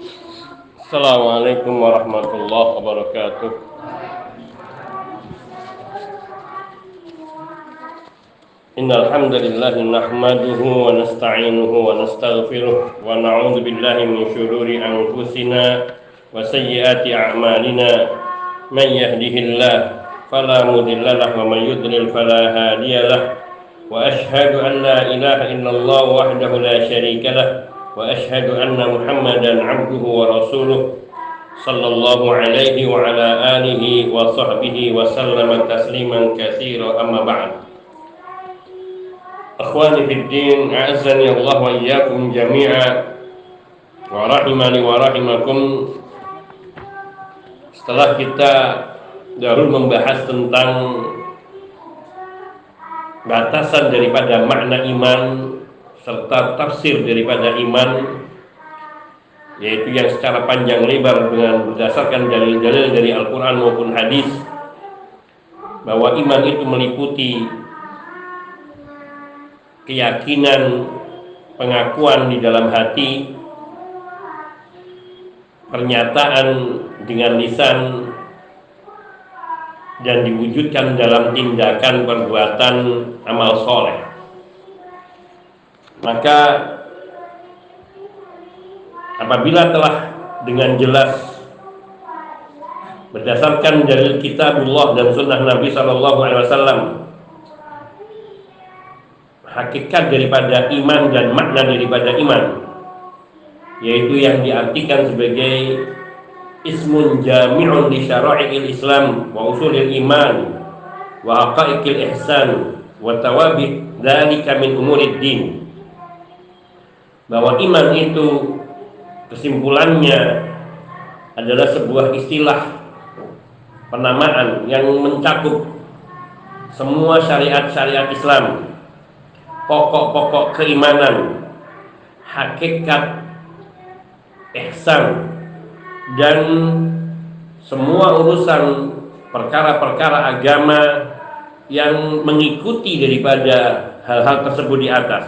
Assalamualaikum warahmatullahi wabarakatuh. Innal hamdalillah nahmaduhu wa nasta'inuhu wa nastaghfiruh wa na'udzu billahi min shururi anfusina wa sayyiati a'malina. Man yahdihillah fala mudilla lahu wa man yudlil fala hadiyalah. Wa ashhadu an la ilaha illallah wahdahu la syarika lah wa ashhadu anna Muhammadan 'abduhu wa rasuluh sallallahu alaihi wa ala alihi wa sahbihi wa sallama tasliman katsira, amma ba'd. Akhwani fid din, a'azzani Allah wa iyyakum jami'a wa rahimani wa rahimakum. Setelah kita dahulu membahas tentang batasan daripada makna iman serta tafsir daripada iman, yaitu yang secara panjang lebar dengan berdasarkan dalil-dalil dari Al-Quran maupun hadis, bahwa iman itu meliputi keyakinan, pengakuan di dalam hati, pernyataan dengan lisan, dan diwujudkan dalam tindakan perbuatan amal soleh. Maka apabila telah dengan jelas berdasarkan dalil kitabullah dan sunnah Nabi SAW hakikat daripada iman dan makna daripada iman, yaitu yang diartikan sebagai ismun jami'un li syara'i'il Islam wa usulil iman wa haqa'iqil ihsan wa tawabi dzalika min umurid din, bahwa iman itu kesimpulannya adalah sebuah istilah penamaan yang mencakup semua syariat-syariat Islam, pokok-pokok keimanan, hakikat ihsan, dan semua urusan perkara-perkara agama yang mengikuti daripada hal-hal tersebut di atas.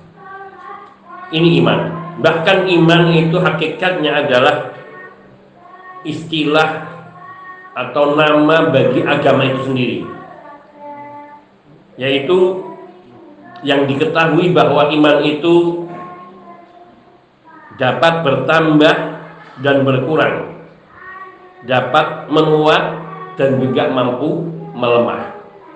Ini iman. Bahkan iman itu hakikatnya adalah istilah atau nama bagi agama itu sendiri, yaitu yang diketahui bahwa iman itu dapat bertambah dan berkurang, dapat menguat dan juga mampu melemah.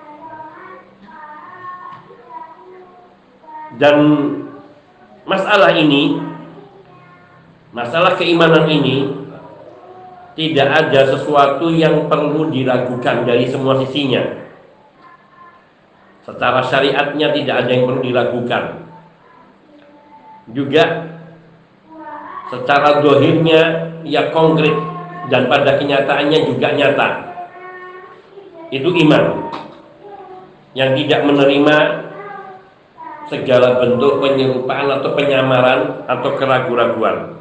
Dan masalah ini, masalah keimanan ini, tidak ada sesuatu yang perlu diragukan dari semua sisinya. Secara syariatnya tidak ada yang perlu diragukan. Juga secara dohirnya ya konkret, dan pada kenyataannya juga nyata. Itu iman yang tidak menerima segala bentuk penyerupaan atau penyamaran atau keraguan-raguan.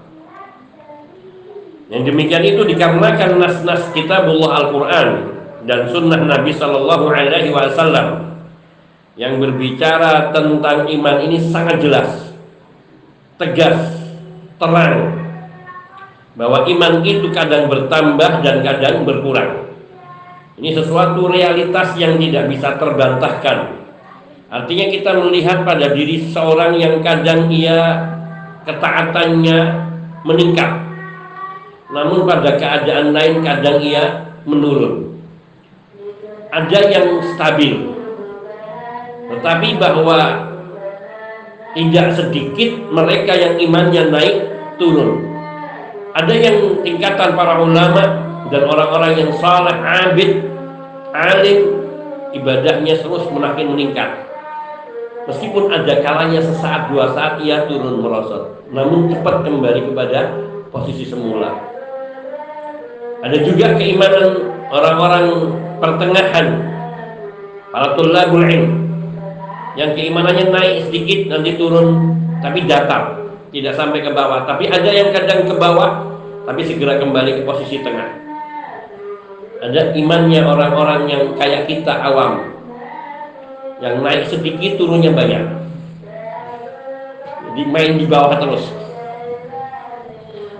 Yang demikian itu dikarenakan nas-nas kitabullah Al-Quran dan sunnah Nabi SAW yang berbicara tentang iman ini sangat jelas, tegas, terang, bahwa iman itu kadang bertambah dan kadang berkurang. Ini sesuatu realitas yang tidak bisa terbantahkan. Artinya kita melihat pada diri seseorang yang kadang ia ketaatannya meningkat, namun pada keadaan lain kadang ia menurun. Ada yang stabil, tetapi bahwa tidak sedikit mereka yang imannya naik turun. Ada yang tingkatan para ulama dan orang-orang yang saleh, abid, alim, ibadahnya terus makin meningkat. Meskipun ada kalanya sesaat dua saat ia turun merosot, namun cepat kembali kepada posisi semula. Ada juga keimanan orang-orang pertengahan, para tulabul ilm, yang keimanannya naik sedikit nanti turun, tapi datar, tidak sampai ke bawah. Tapi ada yang kadang ke bawah, tapi segera kembali ke posisi tengah. Ada imannya orang-orang yang kayak kita awam, yang naik sedikit turunnya banyak, jadi main di bawah terus.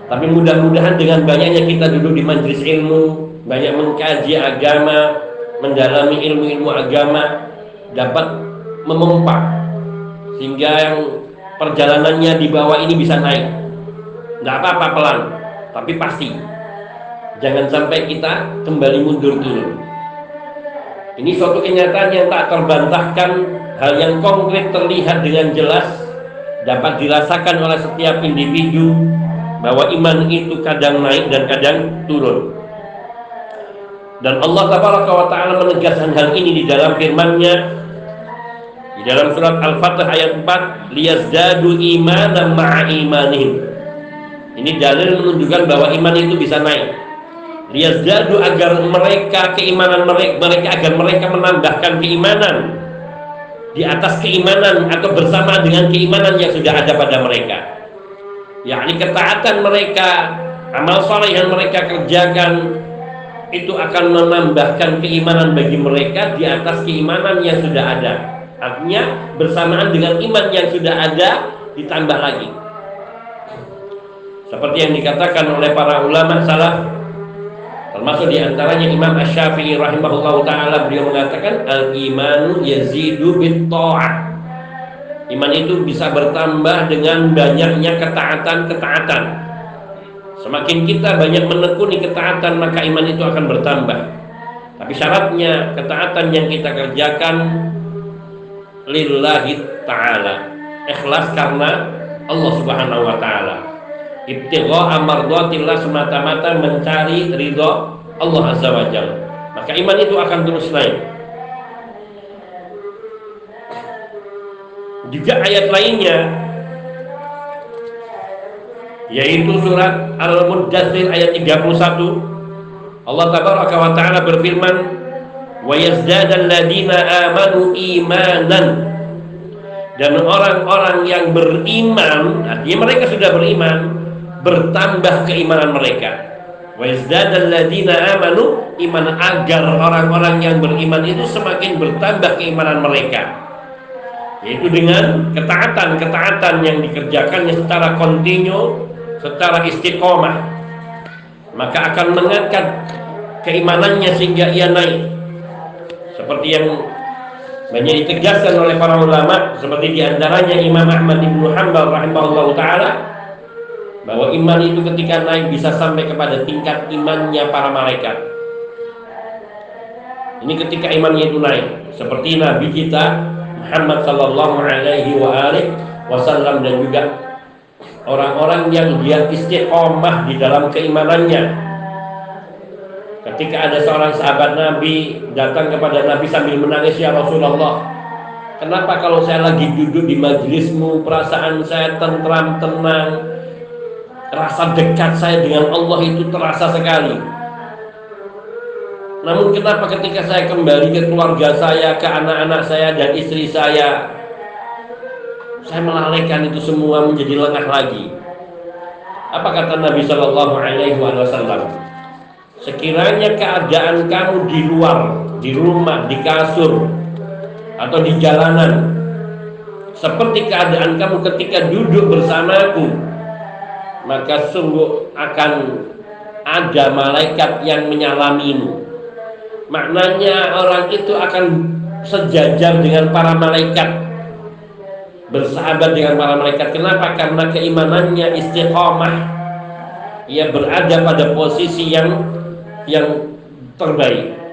Tapi mudah-mudahan dengan banyaknya kita duduk di majelis ilmu, banyak mengkaji agama, mendalami ilmu-ilmu agama, dapat memompa sehingga yang perjalanannya di bawah ini bisa naik. Tidak apa-apa, pelan, tapi pasti. Jangan sampai kita kembali mundur turun. Ini suatu kenyataan yang tak terbantahkan, hal yang konkret terlihat dengan jelas, dapat dirasakan oleh setiap individu bahwa iman itu kadang naik dan kadang turun. Dan Allah Taala menegaskan hal ini di dalam firman-Nya di dalam surat Al-Fatih ayat 4, liyazdadu imanan ma'a imanihim. Ini dalil menunjukkan bahwa iman itu bisa naik. Liyazdadu, agar mereka keimanan mereka agar mereka menambahkan keimanan di atas keimanan atau bersama dengan keimanan yang sudah ada pada mereka. Yakni ketaatan mereka, amal saleh yang mereka kerjakan itu akan menambahkan keimanan bagi mereka di atas keimanan yang sudah ada. Artinya bersamaan dengan iman yang sudah ada ditambah lagi. Seperti yang dikatakan oleh para ulama salaf, termasuk diantaranya Imam Asy-Syafi'i rahimahullahu ta'ala, beliau mengatakan al-imanu yazidu bit-tha'ah. Iman itu bisa bertambah dengan banyaknya ketaatan-ketaatan. Semakin kita banyak menekuni ketaatan, maka iman itu akan bertambah. Tapi syaratnya ketaatan yang kita kerjakan lillahi ta'ala, ikhlas karena Allah subhanahu wa ta'ala, ibtigha mardhatillah, semata-mata mencari ridha Allah azza wa jalla, maka iman itu akan terus naik. Juga ayat lainnya yaitu surat Al-Muddatsir ayat 31, Allah tabaraka wa ta'ala berfirman, wa yazdadal ladina amanu imanan, dan orang-orang yang beriman, artinya mereka sudah beriman, bertambah keimanan mereka. Wa yazdadal ladina amanu iman, agar orang-orang yang beriman itu semakin bertambah keimanan mereka, yaitu dengan ketaatan-ketaatan yang dikerjakannya secara kontinu, secara istiqomah, maka akan mengangkat keimanannya sehingga ia naik. Seperti yang banyak ditegaskan oleh para ulama, seperti diantaranya Imam Ahmad ibnu Hanbal rahimahullah ta'ala, bahwa iman itu ketika naik bisa sampai kepada tingkat imannya para malaikat. Ini ketika imannya itu naik, seperti Nabi kita Muhammad sallallahu alaihi wasallam, dan juga orang-orang yang dia istiqomah di dalam keimanannya. Ketika ada seorang sahabat Nabi datang kepada Nabi sambil menangis, ya Rasulullah, kenapa kalau saya lagi duduk di majelismu perasaan saya tentram, tenang, rasa dekat saya dengan Allah itu terasa sekali. Namun kenapa ketika saya kembali ke keluarga saya, ke anak-anak saya dan istri saya melalaikan itu semua menjadi lengah lagi? Apa kata Nabi Shallallahu Alaihi Wasallam? Sekiranya keadaan kamu di luar, di rumah, di kasur, atau di jalanan, seperti keadaan kamu ketika duduk bersamaku, maka sungguh akan ada malaikat yang menyalamimu. Maknanya orang itu akan sejajar dengan para malaikat, bersahabat dengan para malaikat. Kenapa? Karena keimanannya istiqomah, ia berada pada posisi yang terbaik.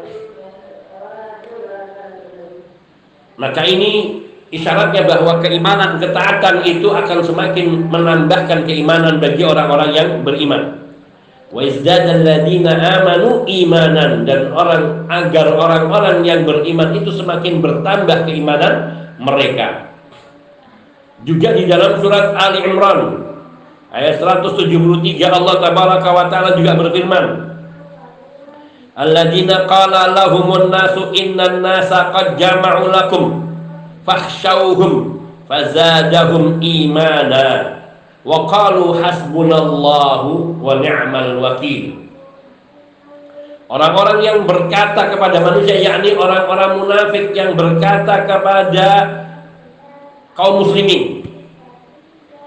Maka ini isyaratnya bahwa keimanan, ketaatan itu akan semakin menambahkan keimanan bagi orang-orang yang beriman. Wa izdadal ladina amanu imanan, dan agar orang-orang yang beriman itu semakin bertambah keimanan mereka. Juga di dalam surat Ali Imran ayat 173 Allah tabaraka wa taala juga berfirman, alladzina qala lahumun nasu innan nasa qad jama'u lakum fakhshawhum fazadahum imana wa qalu hasbunallahu wa ni'mal wakil. Orang-orang yang berkata kepada manusia, yakni orang-orang munafik yang berkata kepada kaum muslimin,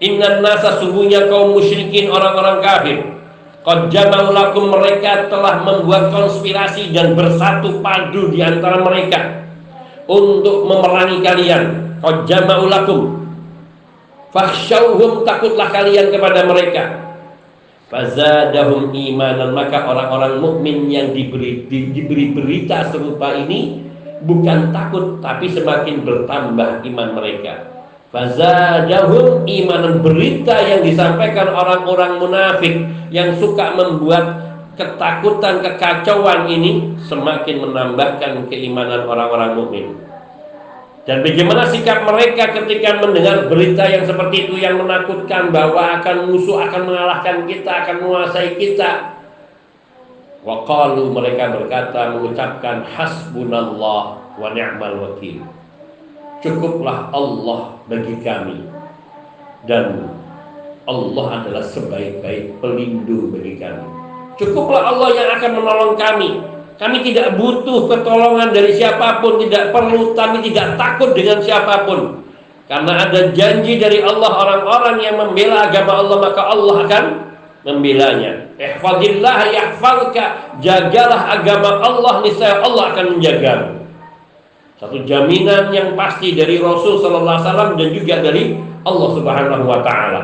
Innan nasa, sungguhnya kaum musyrikin, orang-orang kafir, qad jama'u lakum, mereka telah membuat konspirasi dan bersatu padu di antara mereka untuk memerangi kalian. Qad jama'u lakum fakhshawhum, takutlah kalian kepada mereka. Fazadahum imanan, maka orang-orang mukmin yang diberi berita serupa ini bukan takut tapi semakin bertambah iman mereka. Fazadahum imanan, berita yang disampaikan orang-orang munafik yang suka membuat ketakutan, kekacauan ini semakin menambahkan keimanan orang-orang mukmin. Dan bagaimana sikap mereka ketika mendengar berita yang seperti itu, yang menakutkan bahwa musuh akan mengalahkan kita, akan menguasai kita. Waqalu, mereka berkata, mengucapkan hasbunallah wa ni'mal wakil. Cukuplah Allah bagi kami, dan Allah adalah sebaik-baik pelindung bagi kami. Cukuplah Allah yang akan menolong kami. Kami tidak butuh pertolongan dari siapapun, tidak perlu, kami tidak takut dengan siapapun. Karena ada janji dari Allah, orang-orang yang membela agama Allah, maka Allah akan membelanya. Ihfazillah yahfazka, jagalah agama Allah, niscaya Allah akan menjagamu. Satu jaminan yang pasti dari Rasul sallallahu alaihi wasallam dan juga dari Allah Subhanahu wa taala.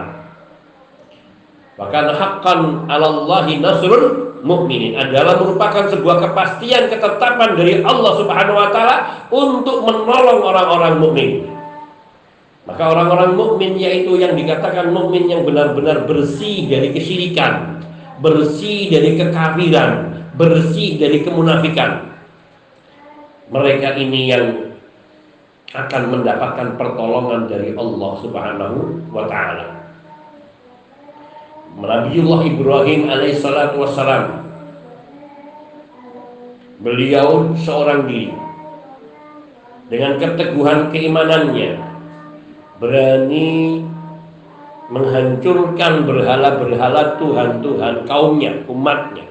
Maka haqqan 'alallahi nasrul mukminin, adalah merupakan sebuah kepastian, ketetapan dari Allah Subhanahu wa taala untuk menolong orang-orang mukmin. Maka orang-orang mukmin, yaitu yang dikatakan mukmin yang benar-benar bersih dari kesyirikan, bersih dari kekafiran, bersih dari kemunafikan. Mereka ini yang akan mendapatkan pertolongan dari Allah Subhanahu wa taala. Nabiullah Ibrahim alaihissalatu wassalam, beliau seorang diri dengan keteguhan keimanannya berani menghancurkan berhala-berhala Tuhan-Tuhan kaumnya, umatnya.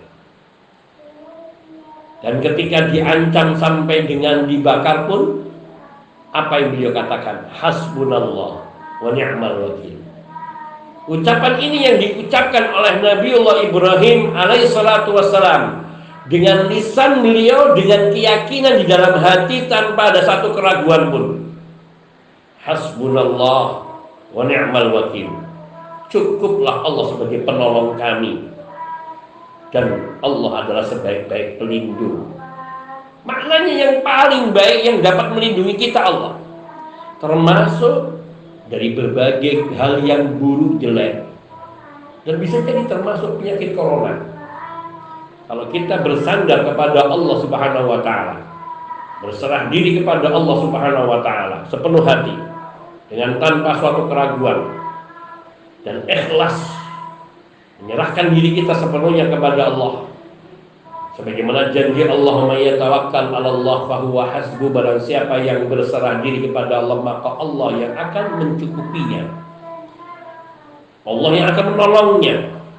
Dan ketika diancam sampai dengan dibakar pun, apa yang beliau katakan? Hasbunallah wa ni'mal wakil. Ucapan ini yang diucapkan oleh Nabiullah Ibrahim alaihissalatu wassalam dengan lisan beliau, dengan keyakinan di dalam hati, tanpa ada satu keraguan pun. Hasbunallah wa ni'mal wakil. Cukuplah Allah sebagai penolong kami, dan Allah adalah sebaik-baik pelindung. Maknanya yang paling baik yang dapat melindungi kita Allah, termasuk dari berbagai hal yang buruk, jelek, dan bisa jadi termasuk penyakit corona. Kalau kita bersandar kepada Allah Subhanahu wa taala, berserah diri kepada Allah Subhanahu wa taala sepenuh hati, dengan tanpa suatu keraguan, dan ikhlas menyerahkan diri kita sepenuhnya kepada Allah, sebagaimana janji Allahumma yatawakkal 'alallah fahuwa hasbu, barang siapa yang berserah diri kepada Allah, maka Allah yang akan mencukupinya, Allah yang akan menolongnya.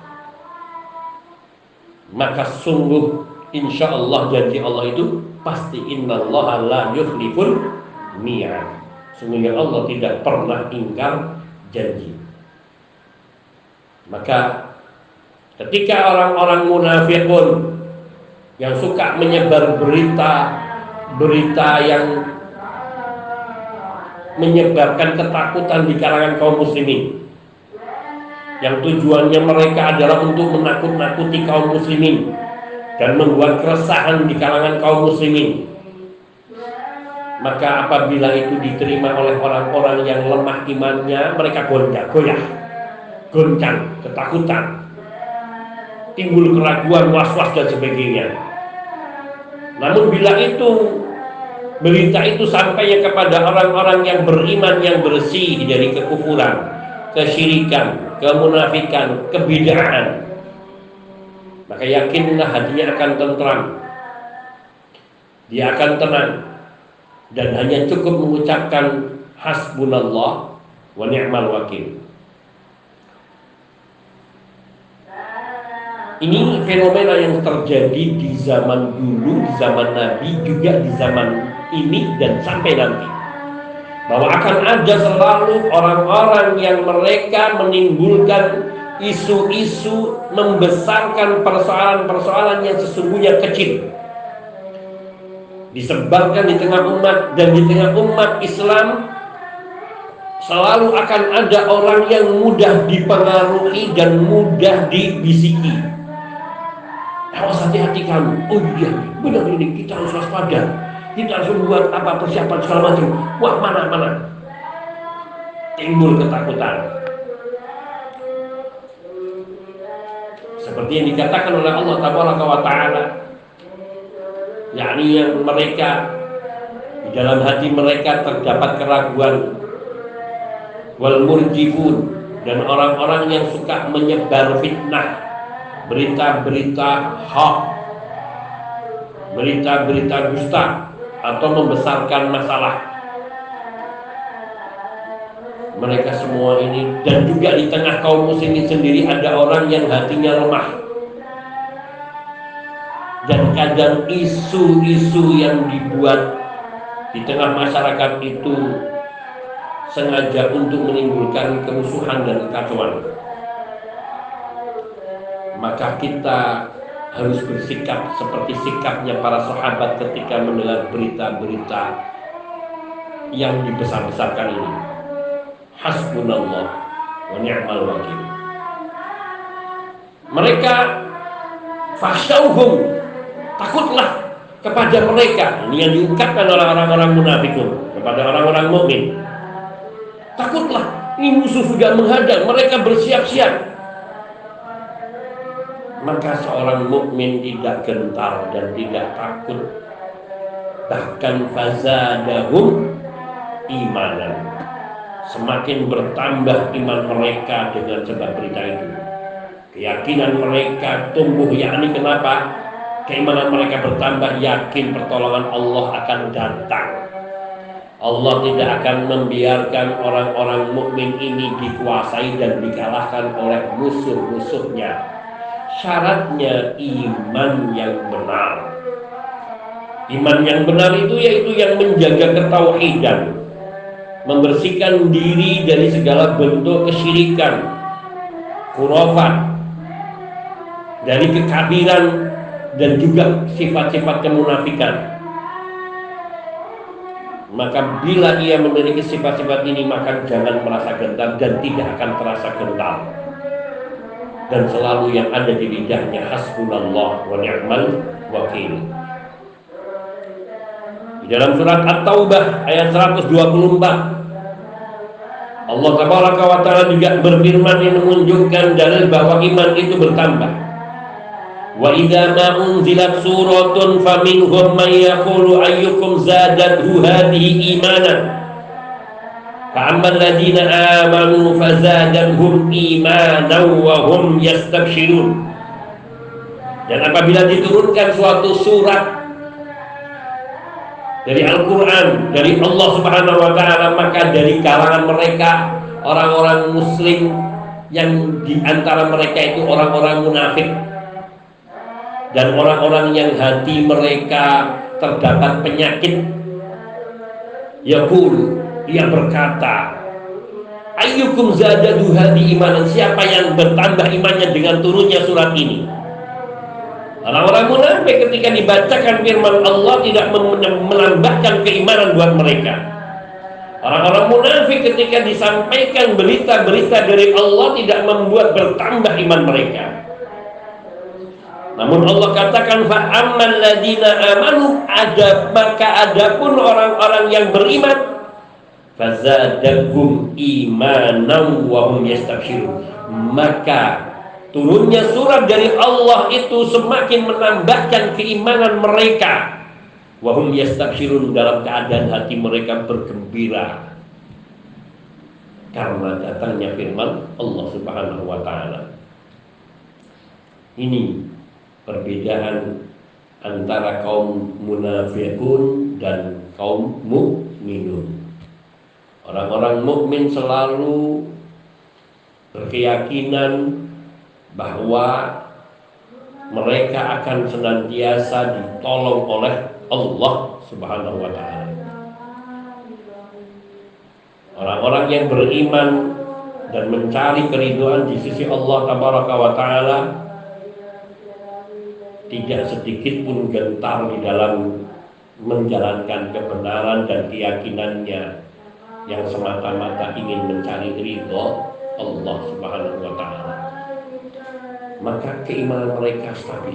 Maka sungguh insya Allah janji Allah itu pasti, innallaha la yukhliful mi'ad. Sungguhnya Allah tidak pernah ingkar janji. Maka ketika orang-orang munafikun yang suka menyebar berita yang menyebarkan ketakutan di kalangan kaum muslimin, yang tujuannya mereka adalah untuk menakut-nakuti kaum muslimin dan membuat keresahan di kalangan kaum muslimin, maka apabila itu diterima oleh orang-orang yang lemah imannya, mereka goyah, goncang, ketakutan, timbul keraguan, was-was dan sebagainya. Namun bila berita itu sampai kepada orang-orang yang beriman, yang bersih dari kekufuran, kesyirikan, kemunafikan, kebid'ahan, maka yakinlah hatinya akan tentram, dia akan tenang, dan hanya cukup mengucapkan hasbunallah wa ni'mal wakil. Ini fenomena yang terjadi di zaman dulu, di zaman Nabi, juga di zaman ini dan sampai nanti. bahwa akan ada selalu orang-orang yang mereka menimbulkan isu-isu, membesarkan persoalan-persoalan yang sesungguhnya kecil, disebarkan di tengah umat. Dan di tengah umat Islam selalu akan ada orang yang mudah dipengaruhi dan mudah dibisiki. Harus hati-hati kamu. Oh iya, benar ini, kita harus waspada, kita harus membuat persiapan segala macam. Wah, mana timbul ketakutan. Seperti yang dikatakan oleh Allah Tabaraka wa Ta'ala, yakni yang mereka di dalam hati mereka terdapat keraguan, wal murjifun, dan orang-orang yang suka menyebar fitnah, berita-berita hoax, berita-berita dusta, atau membesarkan masalah. Mereka semua ini, dan juga di tengah kaum muslimin sendiri ada orang yang hatinya lemah, dan kadang isu-isu yang dibuat di tengah masyarakat itu sengaja untuk menimbulkan kerusuhan dan kekacauan. Maka kita harus bersikap seperti sikapnya para sahabat ketika mendengar berita-berita yang dibesar-besarkan ini. Hasbunallah wa ni'mal wakil. Mereka fasyauhum, takutlah kepada mereka. Ini yang diungkapkan oleh orang-orang munafikun kepada orang-orang mukmin. Takutlah, ini musuh sudah menghadang, mereka bersiap-siap. Maka seorang mukmin tidak gentar dan tidak takut. Bahkan fazadahum imanan, semakin bertambah iman mereka dengan sebab berita itu. Keyakinan mereka tumbuh, yakni kenapa? Keimanan mereka bertambah, yakin pertolongan Allah akan datang. Allah tidak akan membiarkan orang-orang mukmin ini dikuasai dan dikalahkan oleh musuh-musuhnya. Syaratnya iman yang benar. Iman yang benar itu yaitu yang menjaga ketauhidan, membersihkan diri dari segala bentuk kesyirikan, khurafat, dari kekafiran, dan juga sifat-sifat kemunafikan. Maka bila ia memiliki sifat-sifat ini, maka jangan merasa gentar dan tidak akan terasa gentar. Dan selalu yang ada di lidahnya hasbunallah wa ni'mal wakil. Di dalam surat At-Taubah ayat 124, Allah Tabaraka wa Ta'ala juga berfirman yang menunjukkan dalil bahwa iman itu bertambah. Wa idza ma unzilat suratun faminhum man yaqulu ayyukum zadathu hadhihi imanan fa ammal ladzina amanu fazadatuhum imanan wa hum yastabshirun. Dan apabila diturunkan suatu surat dari Al-Quran, dari Allah Subhanahu wa Ta'ala, maka dari kalangan mereka orang-orang muslim yang di antara mereka itu orang-orang munafik dan orang-orang yang hati mereka terdapat penyakit, yaqul, dia berkata, ayyukum zadadu hadi imanan, siapa yang bertambah imannya dengan turunnya surat ini. Orang-orang munafik ketika dibacakan firman Allah tidak menambahkan keimanan buat mereka. Orang-orang munafik ketika disampaikan berita-berita dari Allah tidak membuat bertambah iman mereka. Namun Allah katakan fa ammal ladina amanu, maka adapun orang-orang yang beriman fazadahum imanan wa hum yastabshirun, maka turunnya surat dari Allah itu semakin menambahkan keimanan mereka. Wa hum yastabshirun, dalam keadaan hati mereka bergembira karena datangnya firman Allah Subhanahu wa Ta'ala. Ini perbedaan antara kaum munafikun dan kaum mukminun. Orang-orang mukmin selalu berkeyakinan bahwa mereka akan senantiasa ditolong oleh Allah Subhanahu wa Ta'ala. Orang-orang yang beriman dan mencari keridhaan di sisi Allah Tabaraka wa Ta'ala tidak sedikit pun gentar di dalam menjalankan kebenaran dan keyakinannya yang semata-mata ingin mencari ridho Allah Subhanahu wa Ta'ala, maka keimanan mereka stabil.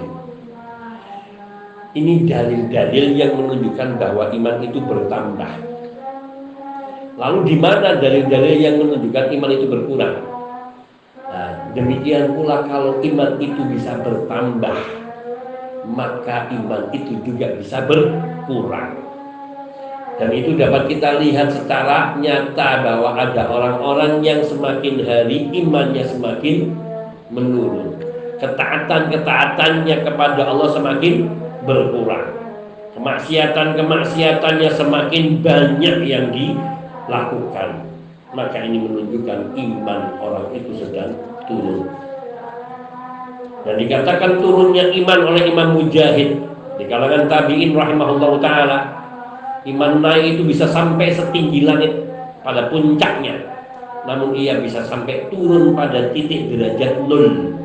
Ini dalil-dalil yang menunjukkan bahwa iman itu bertambah. Lalu di mana dalil-dalil yang menunjukkan iman itu berkurang? Nah, demikian pula kalau iman itu bisa bertambah, maka iman itu juga bisa berkurang. Dan itu dapat kita lihat secara nyata bahwa ada orang-orang yang semakin hari imannya semakin menurun, ketaatan-ketaatannya kepada Allah semakin berkurang, kemaksiatan-kemaksiatannya semakin banyak yang dilakukan. Maka ini menunjukkan iman orang itu sedang turun. Dan dikatakan turunnya iman oleh Imam Mujahid di kalangan tabi'in rahimahullahu ta'ala, iman naik itu bisa sampai setinggi langit pada puncaknya, namun ia bisa sampai turun pada titik derajat 0.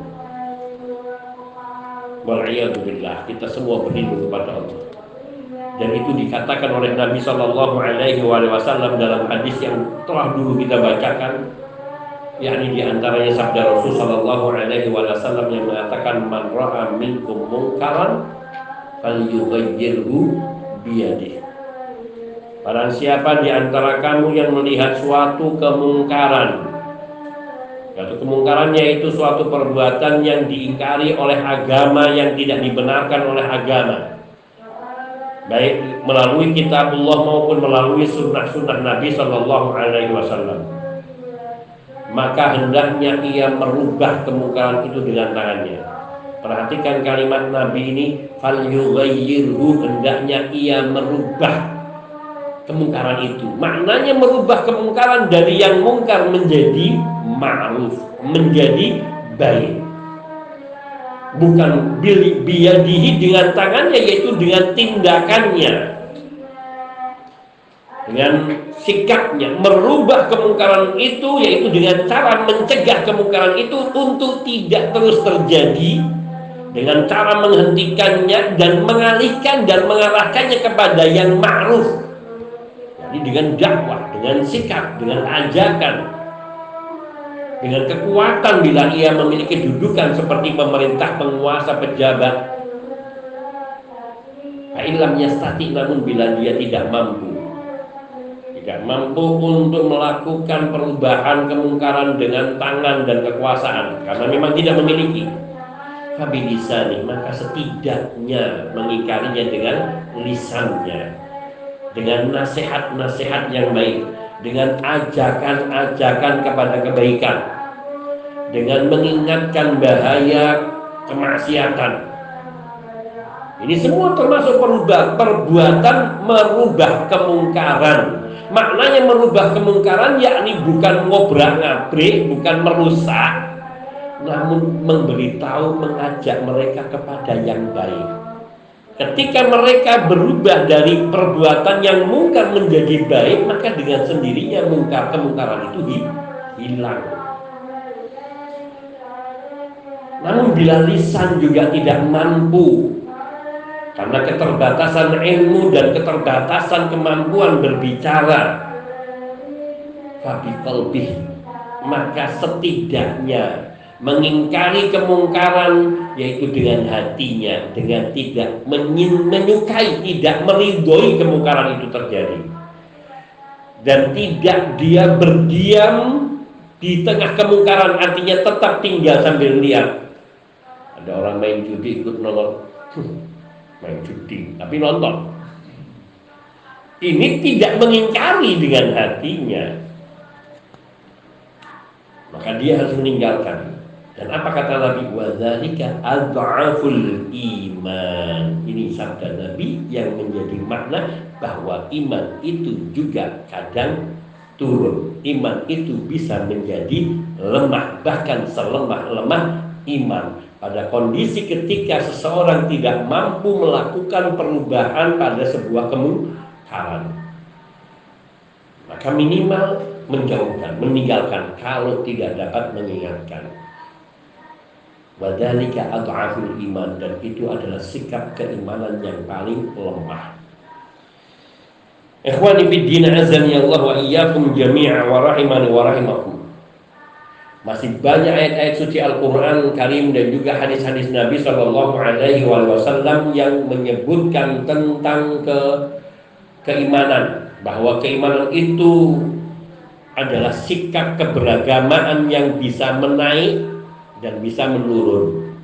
Wal'iyadzubillah, kita semua berlindung kepada Allah. Dan itu dikatakan oleh Nabi Shallallahu Alaihi Wasallam dalam hadis yang telah dulu kita bacakan, yakni diantaranya sabda Rasul Shallallahu Alaihi Wasallam yang mengatakan, man ra'a minkum munkaran falyughayyirhu biyadihi. Barang siapa di antara kamu yang melihat suatu kemungkaran, yaitu kemungkaran yaitu suatu perbuatan yang diingkari oleh agama, yang tidak dibenarkan oleh agama, baik melalui kitabullah maupun melalui sunnah-sunnah Nabi Shallallahu Alaihi Wasallam, maka hendaknya ia merubah kemungkaran itu dengan tangannya. Perhatikan kalimat Nabi ini, falyughayyirhu, hendaknya ia merubah kemungkaran itu. Maknanya merubah kemungkaran dari yang mungkar menjadi ma'ruf, menjadi baik. Bukan biyadihi dengan tangannya, yaitu dengan tindakannya, dengan sikapnya. Merubah kemungkaran itu yaitu dengan cara mencegah kemungkaran itu untuk tidak terus terjadi, dengan cara menghentikannya dan mengalihkan dan mengarahkannya kepada yang ma'ruf. Jadi dengan dakwah, dengan sikap, dengan ajakan, dengan kekuatan bila ia memiliki kedudukan seperti pemerintah, penguasa, pejabat. Fa'ilam yastati, namun bila dia tidak mampu untuk melakukan perubahan kemungkaran dengan tangan dan kekuasaan, karena memang tidak memiliki, fabilisani, maka setidaknya mengingkarinya dengan lisannya, dengan nasihat-nasihat yang baik, dengan ajakan-ajakan kepada kebaikan, dengan mengingatkan bahaya kemaksiatan. Ini semua termasuk perbuatan merubah kemungkaran. Maknanya merubah kemungkaran yakni bukan ngobrak-ngabrik, bukan merusak, namun memberitahu, mengajak mereka kepada yang baik. Ketika mereka berubah dari perbuatan yang mungkar menjadi baik, maka dengan sendirinya kemungkaran itu hilang. Namun bila lisan juga tidak mampu, karena keterbatasan ilmu dan keterbatasan kemampuan berbicara, fabiqalbih, maka setidaknya mengingkari kemungkaran yaitu dengan hatinya, dengan tidak menyukai, tidak meridhoi kemungkaran itu terjadi, dan tidak dia berdiam di tengah kemungkaran, artinya tetap tinggal sambil lihat. Ada orang main judi ikut nonton, main judi tapi nonton. Ini tidak mengingkari dengan hatinya, maka dia harus meninggalkan. Dan apa kata Nabi? Wadzalika adhaful iman. Ini sabda Nabi yang menjadi makna bahwa iman itu juga kadang turun. Iman itu bisa menjadi lemah, bahkan selemah-lemah iman. Pada kondisi ketika seseorang tidak mampu melakukan perubahan pada sebuah kemungkaran, maka minimal menjauhkan, meninggalkan kalau tidak dapat mengingatkan. Wadzalika adhaful iman, dan itu adalah sikap keimanan yang paling lemah. Ikhwani fid din, azani Allah wa iyyakum jami'a wa rahimani wa rahimakum. Masih banyak ayat-ayat suci Al-Quran Karim dan juga hadis-hadis Nabi Shallallahu Alaihi Wasallam yang menyebutkan tentang keimanan, bahwa keimanan itu adalah sikap keberagamaan yang bisa menaik dan bisa menurun.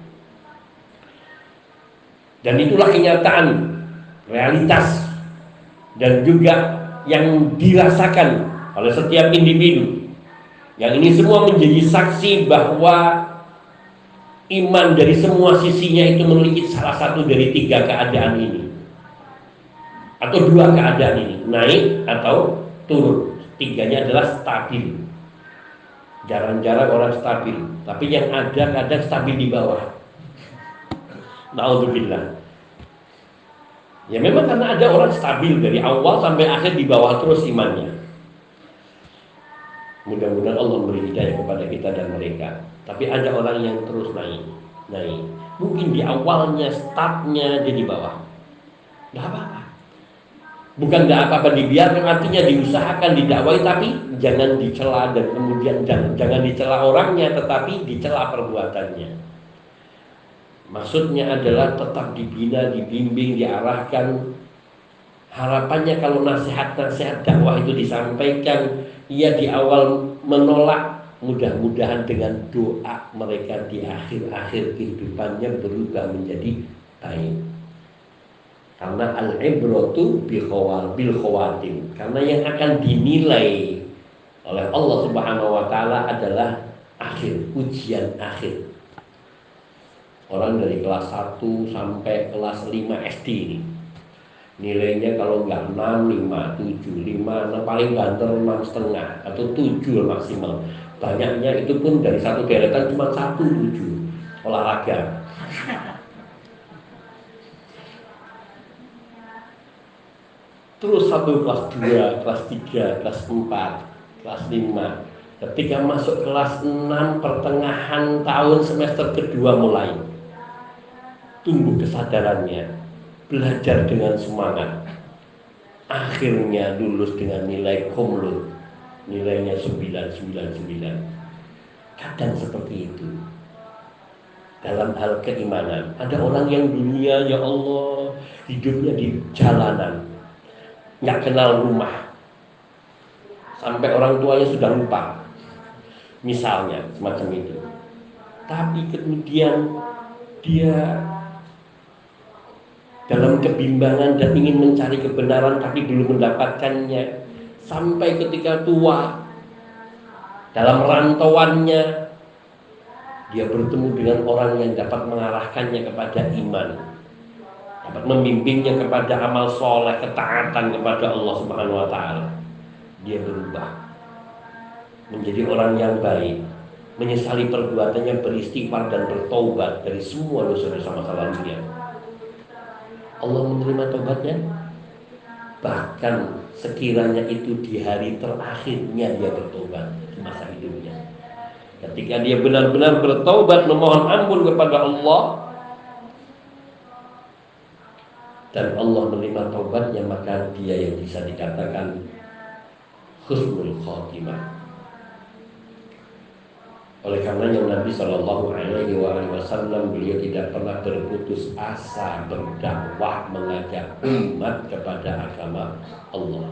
Dan itulah kenyataan, realitas, dan juga yang dirasakan oleh setiap individu. Yang ini semua menjadi saksi bahwa iman dari semua sisinya itu memiliki salah satu dari tiga keadaan ini, atau dua keadaan ini, naik atau turun. Tiganya adalah stabil. Jarang-jarang orang stabil, tapi yang ada kadang stabil di bawah. Na'udzubillah. Ya memang karena ada orang stabil dari awal sampai akhir di bawah terus imannya. Mudah-mudahan Allah memberi hidayah kepada kita dan mereka. Tapi ada orang yang terus naik. Mungkin di awalnya, startnya dia di bawah. Tidak apa-apa. Bukan tidak apa-apa dibiarkan, artinya diusahakan, didakwai, tapi jangan dicela, dan kemudian jangan dicela orangnya, tetapi dicela perbuatannya. Maksudnya adalah tetap dibina, dibimbing, diarahkan. Harapannya kalau nasihat-nasihat dakwah itu disampaikan, ia di awal menolak, mudah-mudahan dengan doa mereka di akhir-akhir kehidupannya berubah menjadi baik. Karena al-ibratu bil khawatim. Karena yang akan dinilai oleh Allah Subhanahu wa taala adalah akhir, ujian akhir. Orang dari kelas 1 sampai kelas 5 SD ini nilainya kalau nggak 6, 5, 7, 5, paling banter 6,5 atau 7 maksimal. Banyaknya itu pun dari satu deretan cuma 1, 7 olahraga. Terus satu kelas 2, kelas 3, kelas 4, kelas 5. Ketika masuk kelas 6 pertengahan tahun semester kedua mulai tumbuh kesadarannya, belajar dengan semangat, akhirnya lulus dengan nilai komlut, nilainya 999. Kadang seperti itu dalam hal keimanan. Ada orang yang dunia, ya Allah, hidupnya di jalanan, nggak kenal rumah, sampai orang tuanya sudah lupa, misalnya semacam itu. Tapi kemudian dia dalam kebimbangan dan ingin mencari kebenaran tapi belum mendapatkannya, sampai ketika tua dalam rantauannya dia bertemu dengan orang yang dapat mengarahkannya kepada iman, dapat membimbingnya kepada amal soleh, ketaatan kepada Allah Subhanahu wa taala. Dia berubah menjadi orang yang baik, menyesali perbuatannya, beristighfar dan bertaubat dari semua dosa-dosa masa lalunya. Allah menerima taubatnya, bahkan sekiranya itu di hari terakhirnya dia bertobat di masa hidupnya. Ketika dia benar-benar bertaubat, memohon ampun kepada Allah, dan Allah menerima taubatnya, maka dia yang bisa dikatakan husnul khotimah. Oleh karenanya Nabi Shallallahu Alaihi Wasallam, beliau tidak pernah berputus asa berdakwah, mengajak umat kepada agama Allah.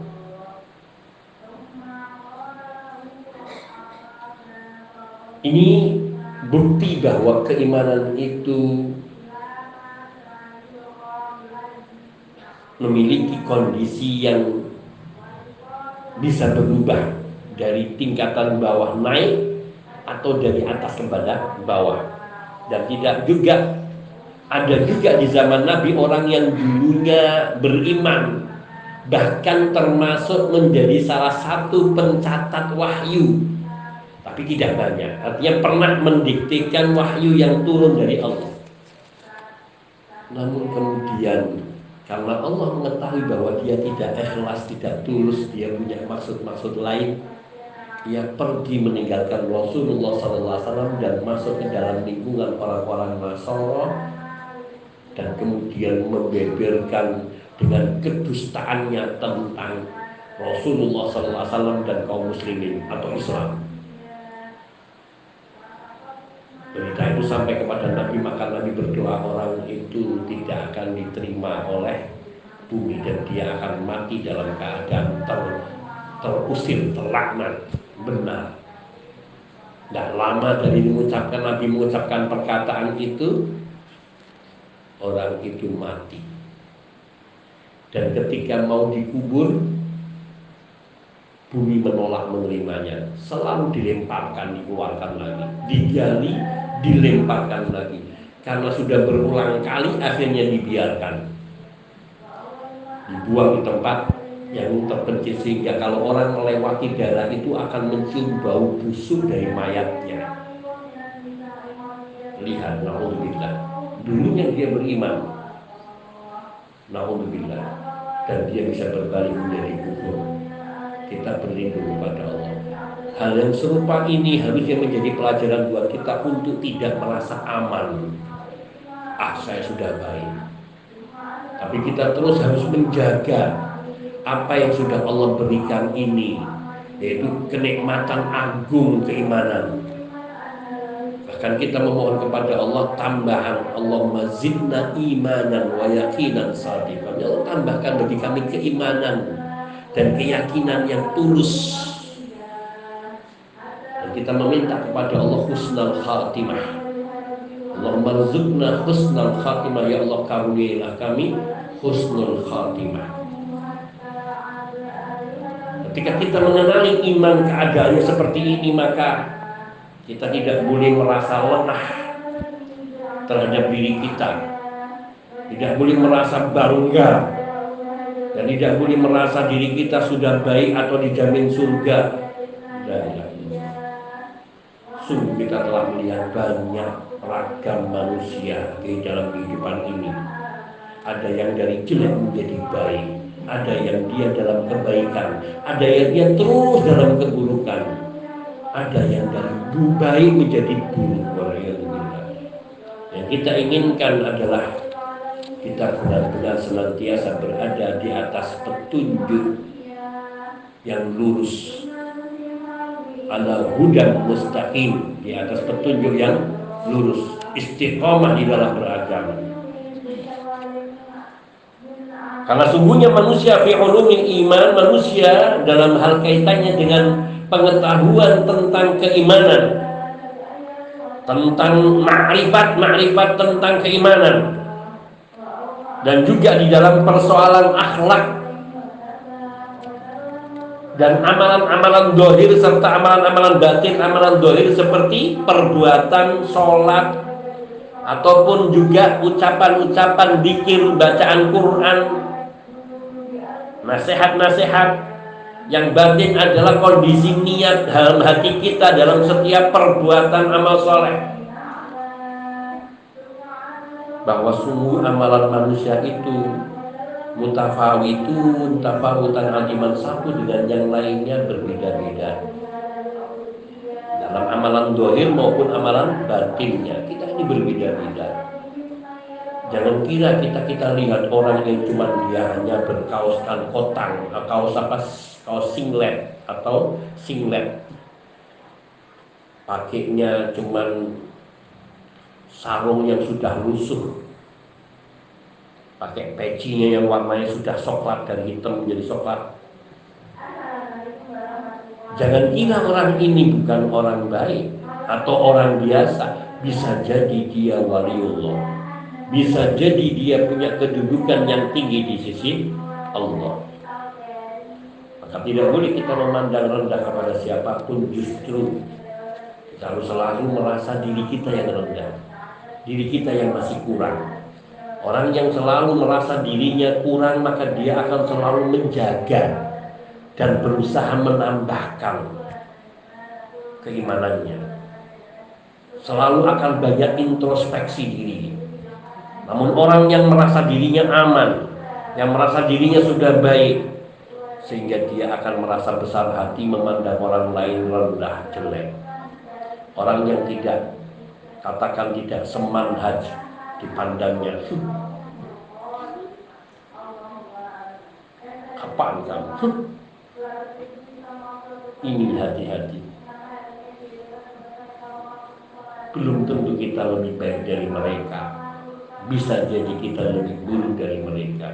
Ini bukti bahwa keimanan itu memiliki kondisi yang bisa berubah dari tingkatan bawah naik atau dari atas kepada bawah. Dan tidak juga ada juga di zaman Nabi orang yang dulunya beriman, bahkan termasuk menjadi salah satu pencatat wahyu, tapi tidak banyak. Artinya pernah mendiktekan wahyu yang turun dari Allah. Namun kemudian karena Allah mengetahui bahwa dia tidak ikhlas, tidak tulus, dia punya maksud-maksud lain, Ia pergi meninggalkan Rasulullah SAW dan masuk ke dalam lingkungan orang-orang Nasara, dan kemudian membeberkan dengan kedustaannya tentang Rasulullah SAW dan kaum muslimin atau Islam. Berita itu sampai kepada Nabi, maka Nabi berdoa orang itu tidak akan diterima oleh bumi dan dia akan mati dalam keadaan terusir, terlaknat. Benar. Tidak lama dari Nabi mengucapkan perkataan itu, orang itu mati. Dan ketika mau dikubur, bumi menolak menerimanya. Selalu dilemparkan, dikeluarkan lagi, digali, dilemparkan lagi. Karena sudah berulang kali, akhirnya dibiarkan, dibuang di tempat yang terpencil, sehingga kalau orang melewati daerah itu akan mencium bau busuk dari mayatnya. Lihat, naudzubillah. Dulunya dia beriman, naudzubillah, dan dia bisa berbalik menjadi kufur. Kita berlindung kepada Allah. Hal yang serupa ini harusnya menjadi pelajaran buat kita untuk tidak merasa aman. Saya sudah baik. Tapi kita terus harus menjaga apa yang sudah Allah berikan ini, yaitu kenikmatan agung keimanan. Bahkan kita memohon kepada Allah tambahan, Allahumma zidna imanan wa yaqinan shadiqan. Ya Allah, tambahkan bagi kami keimanan dan keyakinan yang tulus. Dan kita meminta kepada Allah husnul khatimah. Allahumma rzuqna husnul khatimah. Ya Allah, karuniailah kami husnul khatimah. Ketika kita mengenali iman keadaannya seperti ini, maka kita tidak boleh merasa lemah terhadap diri kita, tidak boleh merasa bangga, dan tidak boleh merasa diri kita sudah baik atau dijamin surga. Sungguh kita telah melihat banyak ragam manusia di dalam kehidupan ini. Ada yang dari jelek menjadi baik, ada yang dia dalam kebaikan, ada yang dia terus dalam keburukan, ada yang dari baik menjadi buruk. Yang kita inginkan adalah kita benar-benar senantiasa berada di atas petunjuk yang lurus, ala hudan mustaqim, di atas petunjuk yang lurus, istiqomah di dalam beragama. Karena sungguhnya manusia fi ulumil iman, manusia dalam hal kaitannya dengan pengetahuan tentang keimanan, tentang makrifat tentang keimanan, dan juga di dalam persoalan akhlak dan amalan-amalan dohir serta amalan-amalan batin, amalan dohir seperti perbuatan sholat ataupun juga ucapan-ucapan zikir, bacaan Quran, nasihat-nasihat. Yang batin adalah kondisi niat dalam hati kita dalam setiap perbuatan amal soleh, bahwa sungguh amalan manusia itu mutafawutan al-iman, satu dengan yang lainnya berbeda-beda dalam amalan dohir maupun amalan batinnya. Kita ini berbeda-beda. Jangan kira kita lihat orang yang cuma dia hanya berkaoskan kotang, kaos singlet atau singlet, pakainya cuman sarung yang sudah lusuh, pakai pecinya yang warnanya sudah coklat dan hitam menjadi coklat. Jangan kira orang ini bukan orang baik atau orang biasa. Bisa jadi dia waliullah, bisa jadi dia punya kedudukan yang tinggi di sisi Allah. Maka tidak boleh kita memandang rendah kepada siapapun. Justru kita harus selalu merasa diri kita yang rendah, diri kita yang masih kurang. Orang yang selalu merasa dirinya kurang, maka dia akan selalu menjaga dan berusaha menambahkan keimanannya. Selalu akan banyak introspeksi diri. Namun orang yang merasa dirinya aman, yang merasa dirinya sudah baik, sehingga dia akan merasa besar hati, memandang orang lain rendah, jelek. Orang yang tidak, katakan tidak semanhaj, dipandangnya, apaan kamu? Ini hati-hati. Belum tentu kita lebih baik dari mereka. Bisa jadi kita lebih buruk dari mereka.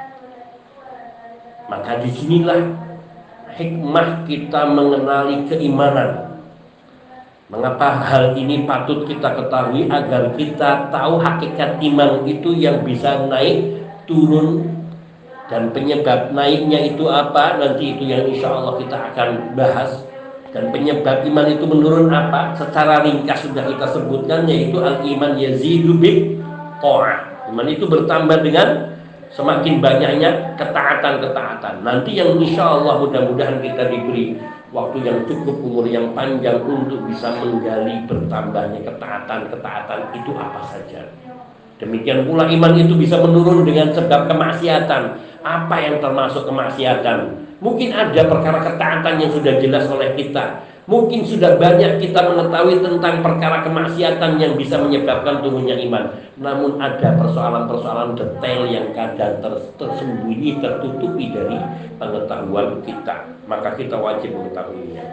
Maka disinilah hikmah kita mengenali keimanan. Mengapa hal ini patut kita ketahui agar kita tahu hakikat iman itu yang bisa naik, turun, dan penyebab naiknya itu apa, nanti itu yang insya Allah kita akan bahas. Dan penyebab iman itu menurun apa, secara ringkas sudah kita sebutkan, yaitu al-iman yazidu bit ta'ah. Iman itu bertambah dengan semakin banyaknya ketaatan-ketaatan. Nanti yang insya Allah mudah-mudahan kita diberi waktu yang cukup, umur yang panjang untuk bisa menggali bertambahnya ketaatan-ketaatan itu apa saja. Demikian pula iman itu bisa menurun dengan sebab kemaksiatan. Apa yang termasuk kemaksiatan? Mungkin ada perkara ketaatan yang sudah jelas oleh kita. Mungkin sudah banyak kita mengetahui tentang perkara kemaksiatan yang bisa menyebabkan turunnya iman. Namun ada persoalan-persoalan detail yang kadang tersembunyi, tertutupi dari pengetahuan kita. Maka kita wajib mengetahuinya.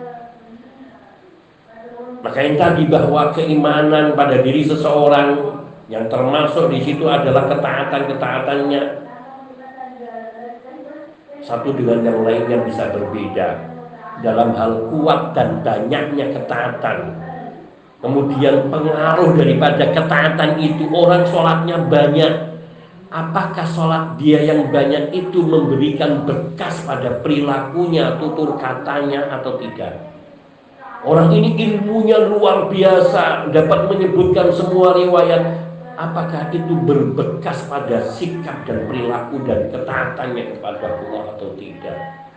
Maka yang tadi bahwa keimanan pada diri seseorang yang termasuk di situ adalah ketaatan-ketaatannya satu dengan yang lainnya bisa berbeda dalam hal kuat dan banyaknya ketaatan. Kemudian pengaruh daripada ketaatan itu, orang sholatnya banyak, apakah sholat dia yang banyak itu memberikan bekas pada perilakunya, tutur katanya atau tidak? Orang ini ilmunya luar biasa, dapat menyebutkan semua riwayat, apakah itu berbekas pada sikap dan perilaku dan ketaatannya kepada Allah atau tidak?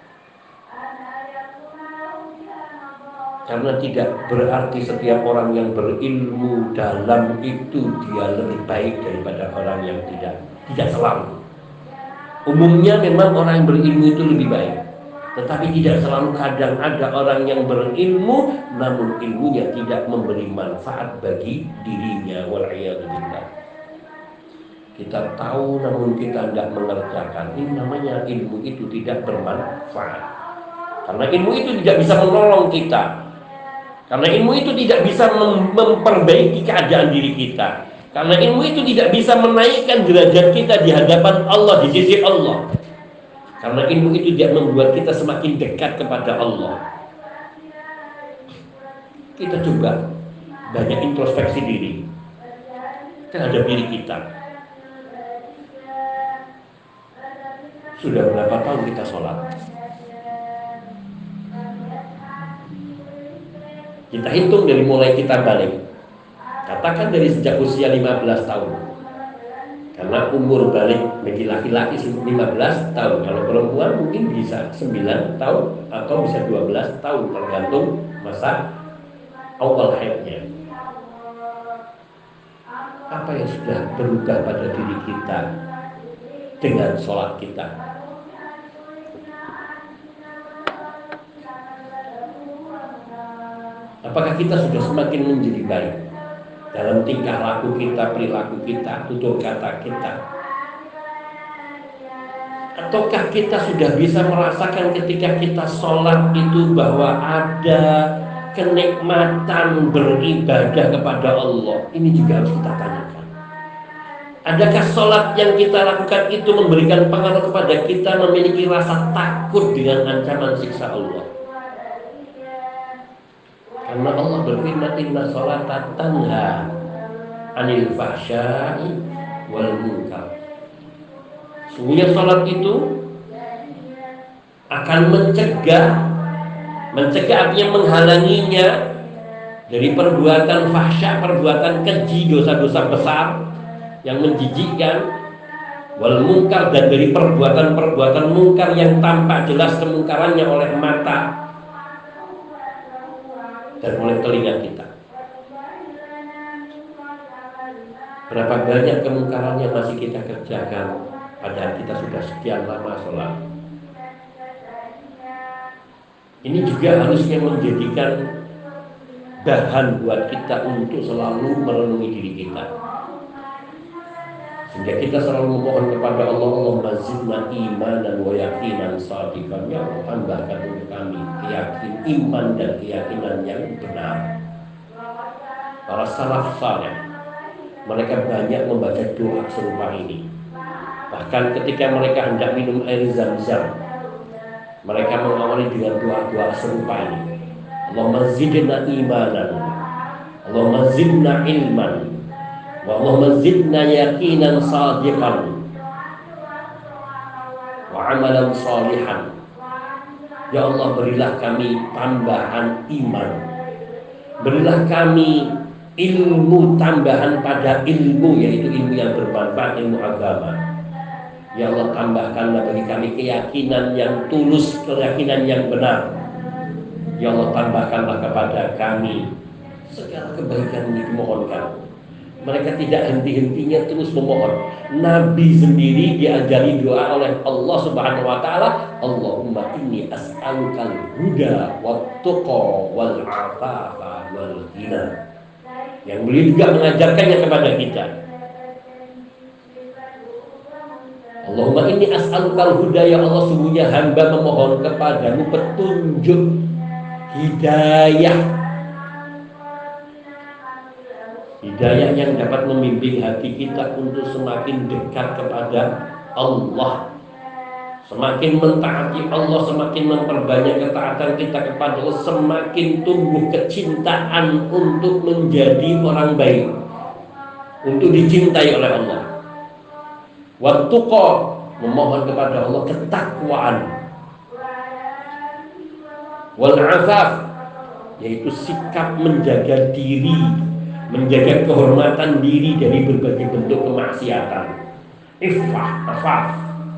Karena tidak berarti setiap orang yang berilmu dalam itu dia lebih baik daripada orang yang tidak selalu. Umumnya memang orang yang berilmu itu lebih baik, tetapi tidak selalu. Kadang ada orang yang berilmu namun ilmunya tidak memberi manfaat bagi dirinya. Wal'iyadzubillah. Kita tahu namun kita tidak mengerjakan. Ini namanya ilmu itu tidak bermanfaat. Karena ilmu itu tidak bisa menolong kita. Karena ilmu itu tidak bisa memperbaiki keadaan diri kita. Karena ilmu itu tidak bisa menaikkan derajat kita di hadapan Allah, di sisi Allah. Karena ilmu itu tidak membuat kita semakin dekat kepada Allah. Kita coba banyak introspeksi diri terhadap diri kita. Sudah berapa tahun kita sholat? Kita hitung dari mulai kita balik. Katakan dari sejak usia 15 tahun. Karena umur balik bagi laki-laki 15 tahun. Kalau perempuan mungkin bisa 9 tahun atau bisa 12 tahun, tergantung masa awal haidnya. Apa yang sudah berubah pada diri kita dengan sholat kita? Apakah kita sudah semakin menjadi baik dalam tingkah laku kita, perilaku kita, tutur kata kita? Ataukah kita sudah bisa merasakan ketika kita sholat itu bahwa ada kenikmatan beribadah kepada Allah? Ini juga harus kita tanyakan. Adakah sholat yang kita lakukan itu memberikan pengaruh kepada kita memiliki rasa takut dengan ancaman siksa Allah? Karena Allah berfirman, inna sholata tanha anil fahsya'i wal munkar. Sungguhnya sholat itu akan mencegah artinya menghalanginya dari perbuatan fahsya, perbuatan keji, dosa-dosa besar yang menjijikkan, wal munkar, dan dari perbuatan-perbuatan munkar yang tampak jelas kemungkarannya oleh mata dan oleh telinga kita. Berapa banyak kemungkaran yang masih kita kerjakan padahal kita sudah sekian lama sholat. Ini juga harusnya menjadikan bahan buat kita untuk selalu merenungi diri kita, sehingga kita selalu memohon kepada Allah, Allahumma zidna imanan wa yaqinan shadiqan. Ya Allah, tambahkan untuk kami iman dan keyakinan yang benar. Para salaf saleh, mereka banyak membaca doa serupa ini. Bahkan ketika mereka hendak minum air zam-zam, mereka mengawali dengan doa-doa serupa ini. Allahumma zidna imanan, Allahumma zidna ilman, wa Allahumma zidna yaqinan shadiqan wa amalan shalihan. Ya Allah, berilah kami tambahan iman, berilah kami ilmu tambahan pada ilmu, yaitu ilmu yang bermanfaat, ilmu agama. Ya Allah, tambahkanlah bagi kami keyakinan yang tulus, keyakinan yang benar. Ya Allah, tambahkanlah kepada kami segala kebaikan yang dimohonkan. Mereka tidak henti-hentinya terus memohon. Nabi sendiri diajari doa oleh Allah Subhanahu wa taala, Allahumma inni as'alukal huda wat tuqa wal afafa wal ghina. Yang beliau juga mengajarkannya kepada kita. Allahumma inni as'alukal huda, ya Allah, sungguhnya hamba memohon kepadamu petunjuk, hidayah yang dapat membimbing hati kita untuk semakin dekat kepada Allah, semakin mentaati Allah, semakin memperbanyak ketaatan kita kepada Allah, semakin tumbuh kecintaan untuk menjadi orang baik, untuk dicintai oleh Allah. Wattuqa, memohon kepada Allah ketakwaan. Wal afaf, yaitu sikap menjaga diri, menjaga kehormatan diri dari berbagai bentuk kemaksiatan. Iffah, afaf.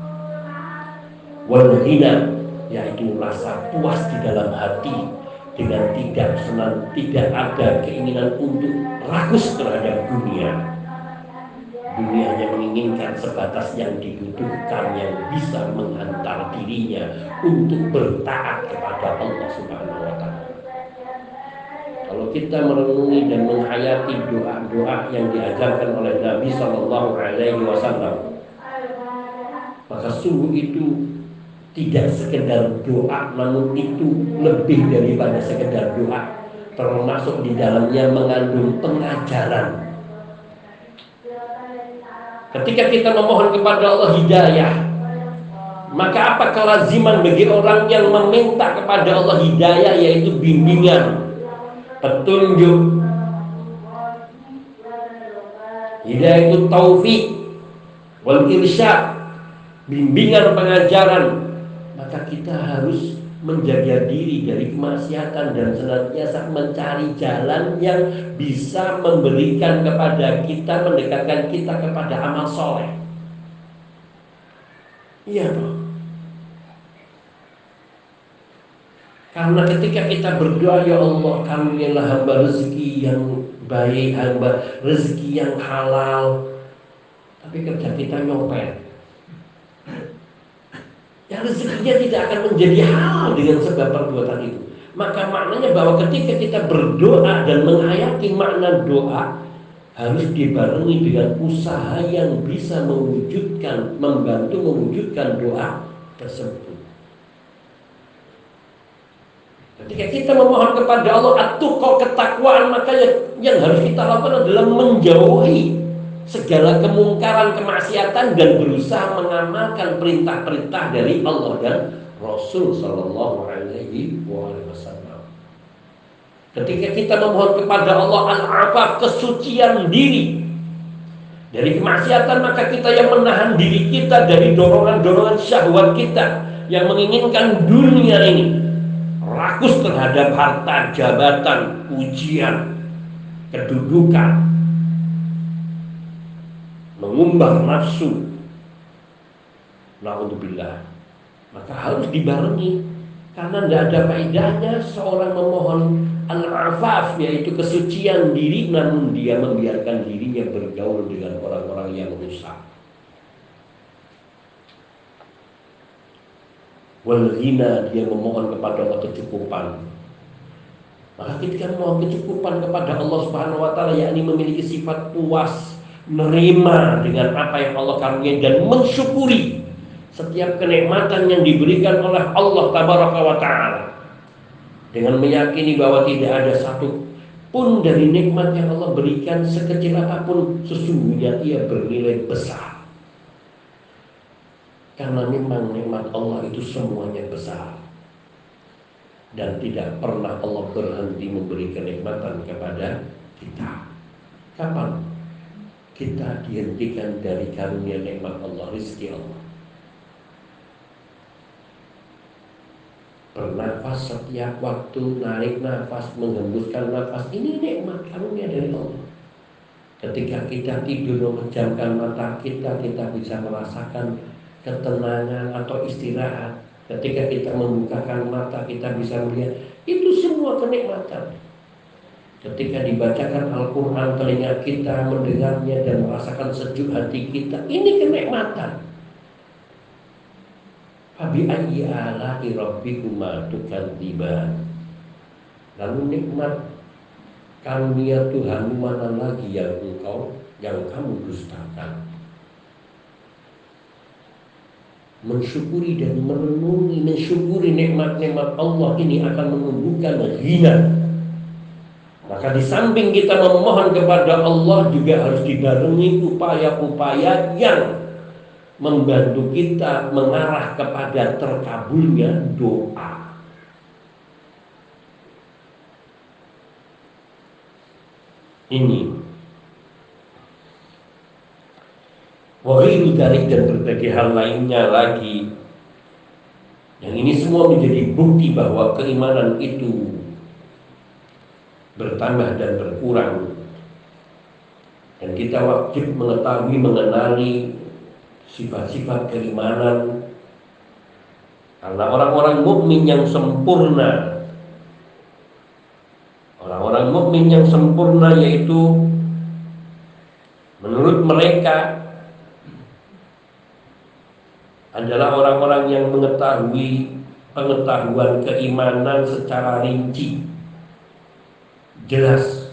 Wal ghina, yaitu rasa puas di dalam hati dengan tidak ada keinginan untuk rakus terhadap dunia. Dunia hanya menginginkan sebatas yang dibutuhkan, yang bisa menghantar dirinya untuk bertaat kepada Allah Subhanahu wa taala. Kalau kita merenungi dan menghayati doa-doa yang diajarkan oleh Nabi Sallallahu Alaihi Wasallam, maka sungguh itu tidak sekedar doa, namun itu lebih daripada sekedar doa, termasuk di dalamnya mengandung pengajaran. Ketika kita memohon kepada Allah hidayah, maka apa kelaziman bagi orang yang meminta kepada Allah hidayah, yaitu bimbingan, petunjuk. Hidayah itu taufik wal irsyad, bimbingan, pengajaran. Maka kita harus menjaga diri dari kemaksiatan dan senantiasa mencari jalan yang bisa memberikan kepada kita, mendekatkan kita kepada amal soleh. Iya toh. Karena ketika kita berdoa, ya Allah, karunialah hamba rezeki yang baik, hamba rezeki yang halal, tapi kerja kita nyopet, yang rezekinya tidak akan menjadi halal dengan sebab perbuatan itu. Maka maknanya bahwa ketika kita berdoa dan menghayati makna doa, harus dibarengi dengan usaha yang bisa mewujudkan, membantu mewujudkan doa tersebut. Ketika kita memohon kepada Allah at-tuqa, ketakwaan, maka yang harus kita lakukan adalah menjauhi segala kemungkaran, kemaksiatan, dan berusaha mengamalkan perintah-perintah dari Allah dan Rasul Sallallahu Alaihi Wasallam. Ketika kita memohon kepada Allah al-afaf, kesucian diri dari kemaksiatan, maka kita yang menahan diri kita dari dorongan-dorongan syahwat kita yang menginginkan dunia ini, rakus terhadap harta, jabatan, pujian, kedudukan, mengumbar nafsu. Na'udzubillah. Maka harus dibarengi, karena tidak ada faedahnya seorang memohon al-afaf, yaitu kesucian diri, namun dia membiarkan dirinya bergaul dengan orang-orang yang rusak. Wal ghina, dia memohon kepada Allah kecukupan. Maka ketika memohon kecukupan kepada Allah Subhanahu wa taala, yakni memiliki sifat puas, menerima dengan apa yang Allah karuniai dan mensyukuri setiap kenikmatan yang diberikan oleh Allah Tabaraka wa taala, dengan meyakini bahwa tidak ada satu pun dari nikmat yang Allah berikan sekecil apapun, sesungguhnya ia bernilai besar. Karena memang nikmat Allah itu semuanya besar, dan tidak pernah Allah berhenti memberi kenikmatan kepada kita. Kapan kita dihentikan dari karunia nikmat Allah, rizki Allah? Bernafas setiap waktu, narik nafas, menghembuskan nafas, ini nikmat karunia dari Allah. Ketika kita tidur memejamkan mata kita, kita bisa merasakan ketenangan atau istirahat. Ketika kita membukakan mata, kita bisa melihat. Itu semua kenikmatan. Ketika dibacakan Al-Quran, telinga kita mendengarnya dan merasakan sejuk hati kita, ini kenikmatan. Fabi ayyi ala'i rabbikuma tukadziban. Lalu nikmat karunia Tuhan mana lagi yang kamu dustakan? Mensyukuri dan merenungi, mensyukuri nikmat-nikmat Allah ini akan menumbuhkan ghina. Maka di samping kita memohon kepada Allah, juga harus dibarengi upaya-upaya yang membantu kita mengarah kepada terkabulnya doa. Ini wahidu dari dan berbagai hal lainnya lagi. Yang ini semua menjadi bukti bahwa keimanan itu bertambah dan berkurang. Dan kita wajib mengetahui, mengenali sifat-sifat keimanan. Karena orang-orang mukmin yang sempurna, orang-orang mukmin yang sempurna yaitu menurut mereka adalah orang-orang yang mengetahui pengetahuan keimanan secara rinci, jelas,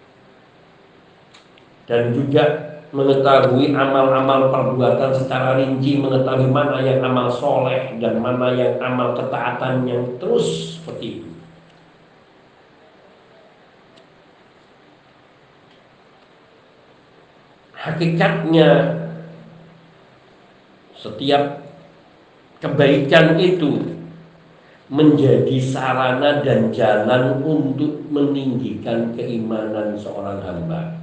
dan juga mengetahui amal-amal perbuatan secara rinci, mengetahui mana yang amal soleh dan mana yang amal ketaatan yang terus seperti itu. Hakikatnya setiap kebaikan itu menjadi sarana dan jalan untuk meninggikan keimanan seorang hamba.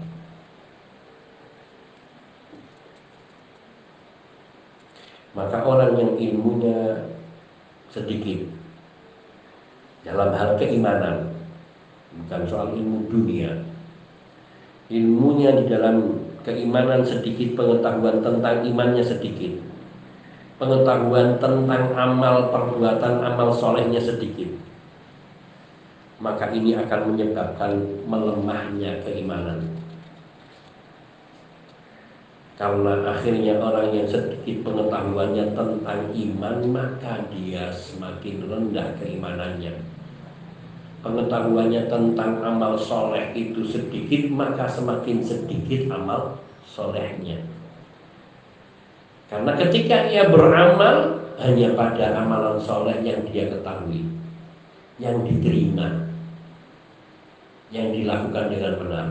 Maka orang yang ilmunya sedikit dalam hal keimanan, bukan soal ilmu dunia, ilmunya di dalam keimanan sedikit, pengetahuan tentang imannya sedikit, pengetahuan tentang amal perbuatan, amal solehnya sedikit, maka ini akan menyebabkan melemahnya keimanan. Karena akhirnya orang yang sedikit pengetahuannya tentang iman, maka dia semakin rendah keimanannya. Pengetahuannya tentang amal soleh itu sedikit, maka semakin sedikit amal solehnya. Karena ketika ia beramal hanya pada amalan soleh yang dia ketahui, yang diterima, yang dilakukan dengan benar.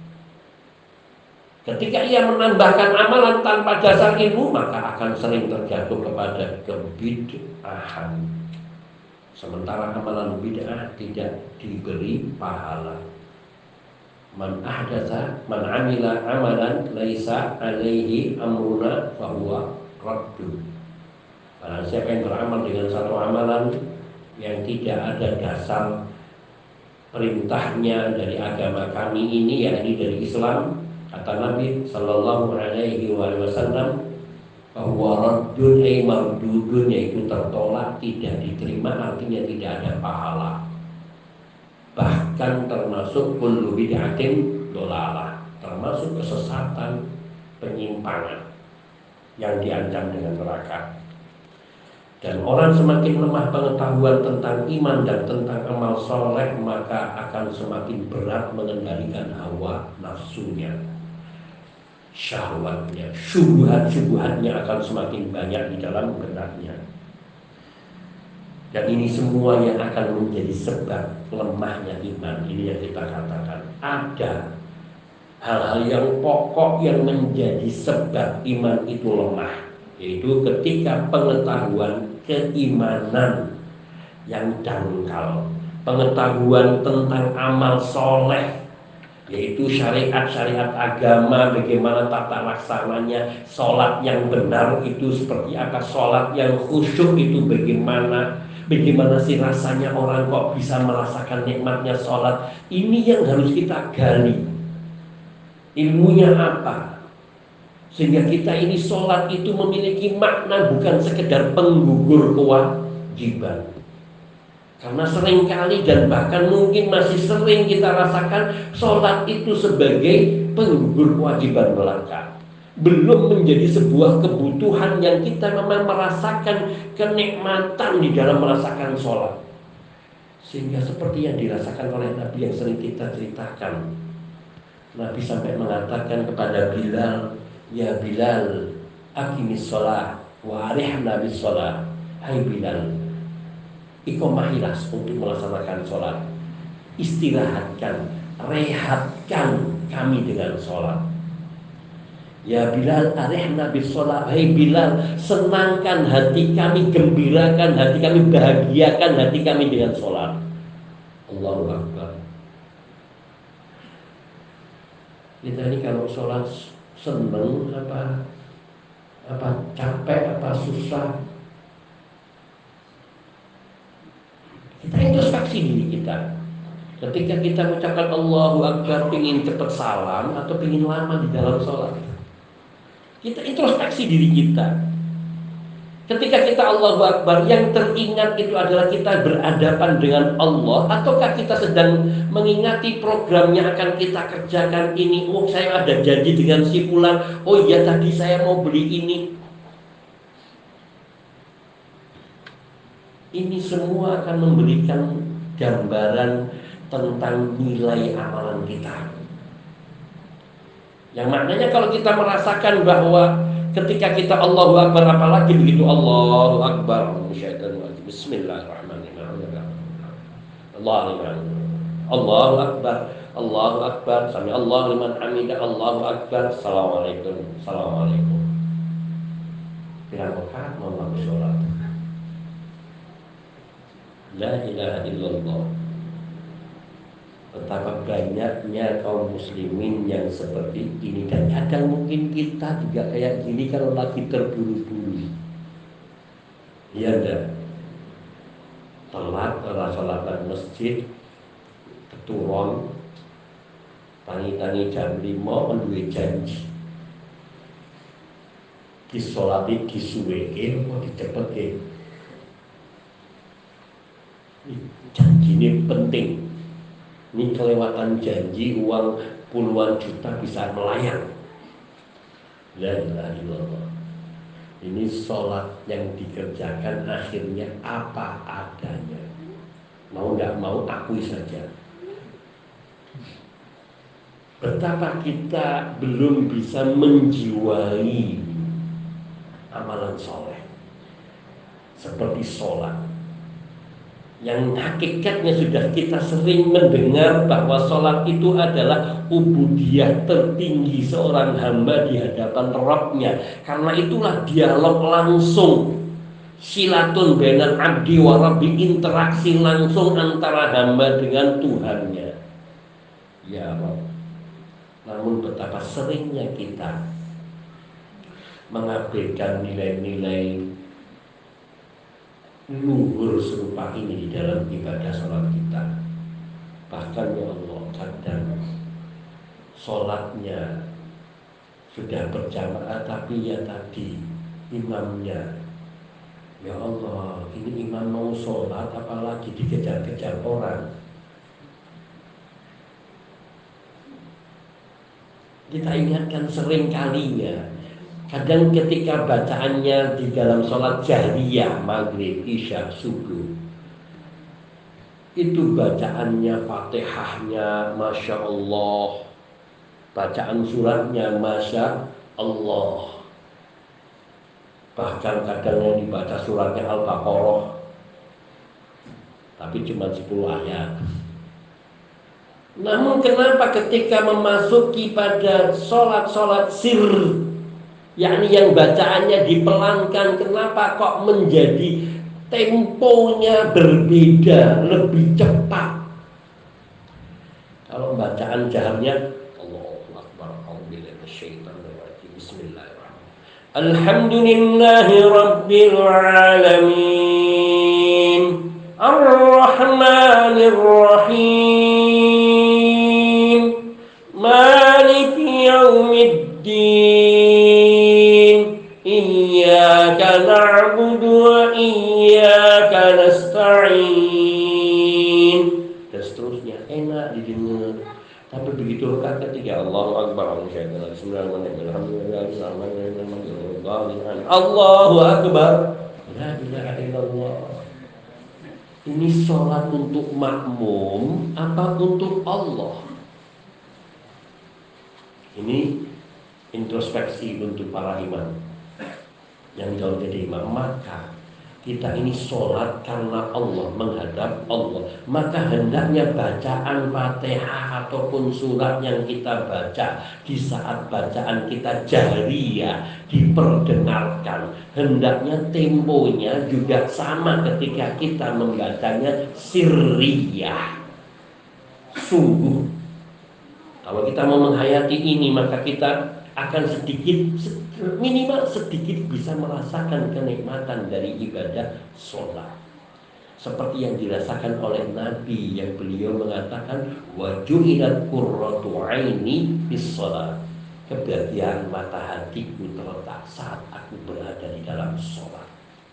Ketika ia menambahkan amalan tanpa dasar ilmu, maka akan sering terjatuh kepada kebid'ahan. Sementara amalan bid'ah tidak diberi pahala. Man ahdatsa, man amila amalan laisa alaihi amruna fahuwa raddu. Karena siapa yang beramal dengan satu amalan yang tidak ada dasar perintahnya dari agama kami ini, yakni dari Islam, kata Nabi Sallallahu Alaihi Wasallam, bahwa raddun ay mardudun, yaitu tertolak, tidak diterima, artinya tidak ada pahala. Bahkan termasuk kullu bid'atin dolalah, termasuk kesesatan, penyimpangan yang diancam dengan neraka. Dan orang semakin lemah pengetahuan tentang iman dan tentang amal soleh, maka akan semakin berat mengendalikan hawa nafsunya, syahwatnya, syubhat-syubhatnya akan semakin banyak di dalam benaknya. Dan ini semua yang akan menjadi sebab lemahnya iman. Ini yang kita katakan, ada hal-hal yang pokok yang menjadi sebab iman itu lemah, yaitu ketika pengetahuan keimanan yang dangkal, pengetahuan tentang amal soleh, yaitu syariat-syariat agama, bagaimana tata laksananya, sholat yang benar itu seperti apa, sholat yang khusyuk itu bagaimana, bagaimana sih rasanya orang kok bisa merasakan nikmatnya sholat. Ini yang harus kita gali, ilmunya apa, sehingga kita ini sholat itu memiliki makna bukan sekedar penggugur kewajiban. Karena seringkali dan bahkan mungkin masih sering kita rasakan sholat itu sebagai penggugur kewajiban belaka, belum menjadi sebuah kebutuhan yang kita memang merasakan kenikmatan di dalam merasakan sholat. Sehingga seperti yang dirasakan oleh Nabi yang sering kita ceritakan, Nabi sampai mengatakan kepada Bilal, ya Bilal, aqimis sholat wa arihna bis sholat. Hai Bilal, iqamahilah untuk melaksanakan sholat, istirahatkan, rehatkan kami dengan sholat. Ya Bilal, arihna bis sholat. Hai Bilal, senangkan hati kami, gembirakan hati kami, bahagiakan hati kami dengan sholat. Allahu Akbar. Kita ini kalau sholat seneng apa capek apa susah, kita introspeksi diri kita. Ketika kita mengucapkan Allahu Akbar, ingin cepat salam atau ingin lama di dalam sholat, kita introspeksi diri kita. Ketika kita Allahu Akbar, yang teringat itu adalah kita berhadapan dengan Allah, ataukah kita sedang mengingati program yang akan kita kerjakan ini? Oh, saya ada janji dengan si fulan. Oh iya, tadi saya mau beli ini. Ini semua akan memberikan gambaran tentang nilai amalan kita. Yang maknanya kalau kita merasakan bahwa ketika kita Allahu Akbar, apalagi begitu Allahu Akbar, Bismillahirrahmanirrahim, Allahu Akbar, Allahu Akbar, sami Allahu liman hamidah, Allahu Akbar, Assalamualaikum, Assalamualaikum. Pirang rakaat mau sholat? La ilaha illallah. Betapa banyaknya kaum muslimin yang seperti ini. Dan kadang mungkin kita juga kayak gini kalau lagi terburu-buru. Iya enggak? Telat ora sholatan masjid, keturun tangi-tangi jam 5 menduwe janji disolati disuweke kok dicepetke. Janji ini penting. Ini kelewatan janji, uang puluhan juta bisa melayang. La ilaha illallah. Ini sholat yang dikerjakan akhirnya apa adanya. Mau nggak mau akui saja. Betapa kita belum bisa menjiwai amalan soleh seperti sholat, yang hakikatnya sudah kita sering mendengar bahwa sholat itu adalah ubudiyah tertinggi seorang hamba di hadapan Rabbnya. Karena itulah dialog langsung, silatun bainal abdi wa rabbi, interaksi langsung antara hamba dengan Tuhannya. Ya Rabb. Namun betapa seringnya kita mengabaikan nilai-nilai luhur serupa ini di dalam ibadah sholat kita. Bahkan ya Allah, kadang sholatnya sudah berjamaah, tapi ya tadi imamnya, ya Allah, ini imam mau sholat apalagi dikejar-kejar orang. Kita ingatkan sering kalinya Kadang ketika bacaannya di dalam sholat jahriyah, maghrib, isya, subuh, itu bacaannya, fatihahnya, Masya Allah, bacaan suratnya, Masya Allah. Bahkan kadang yang dibaca suratnya Al-Baqarah, tapi cuma 10 ayat. Namun kenapa ketika memasuki pada sholat-sholat sir, yakni yang bacaannya dipelankan, kenapa kok menjadi temponya berbeda, lebih cepat? Kalau bacaan jaharnya, Allahu Akbar, a'udzubillahi minasyaitonir rajim, bismillahirrahmanirrahim, alhamdulillahi rabbil alamin, ar-rahmanir rahim, maliki yaumiddin, iyyaka na'budu wa iyyaka nasta'in, dan seterusnya. Enak didengar. Tapi begitu rakaat ketiga, Allahu Akbar, Allahu Akbar, la ilaha illallah. Ini sholat untuk makmum apa untuk Allah? Ini introspeksi untuk para imam yang jauh jadi imam. Maka kita ini sholat karena Allah, menghadap Allah. Maka hendaknya bacaan Fatihah ataupun surat yang kita baca di saat bacaan kita jahriyah diperdengarkan, hendaknya temponya juga sama ketika kita membacanya sirriyah. Sungguh, kalau kita mau menghayati ini, maka kita akan minimal sedikit bisa merasakan kenikmatan dari ibadah sholat, seperti yang dirasakan oleh Nabi, yang beliau mengatakan wa ju'ilat qurratu aini bis sholat, kebahagiaan mata hatiku terletak saat aku berada di dalam sholat.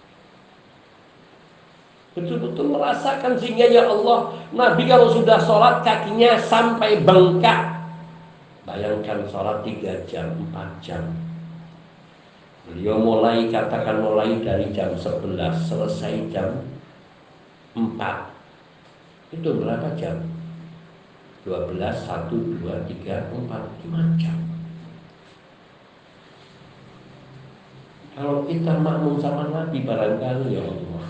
Betul-betul merasakan, sehingga ya Allah, Nabi kalau sudah sholat kakinya sampai bengkak. Bayangkan sholat 3 jam, 4 jam. Beliau mulai dari jam 11, selesai jam 4. Itu berapa jam? 12, 1, 2, 3, 4, 5 jam. Kalau kita makmum sama Nabi, barangkali ya Allah,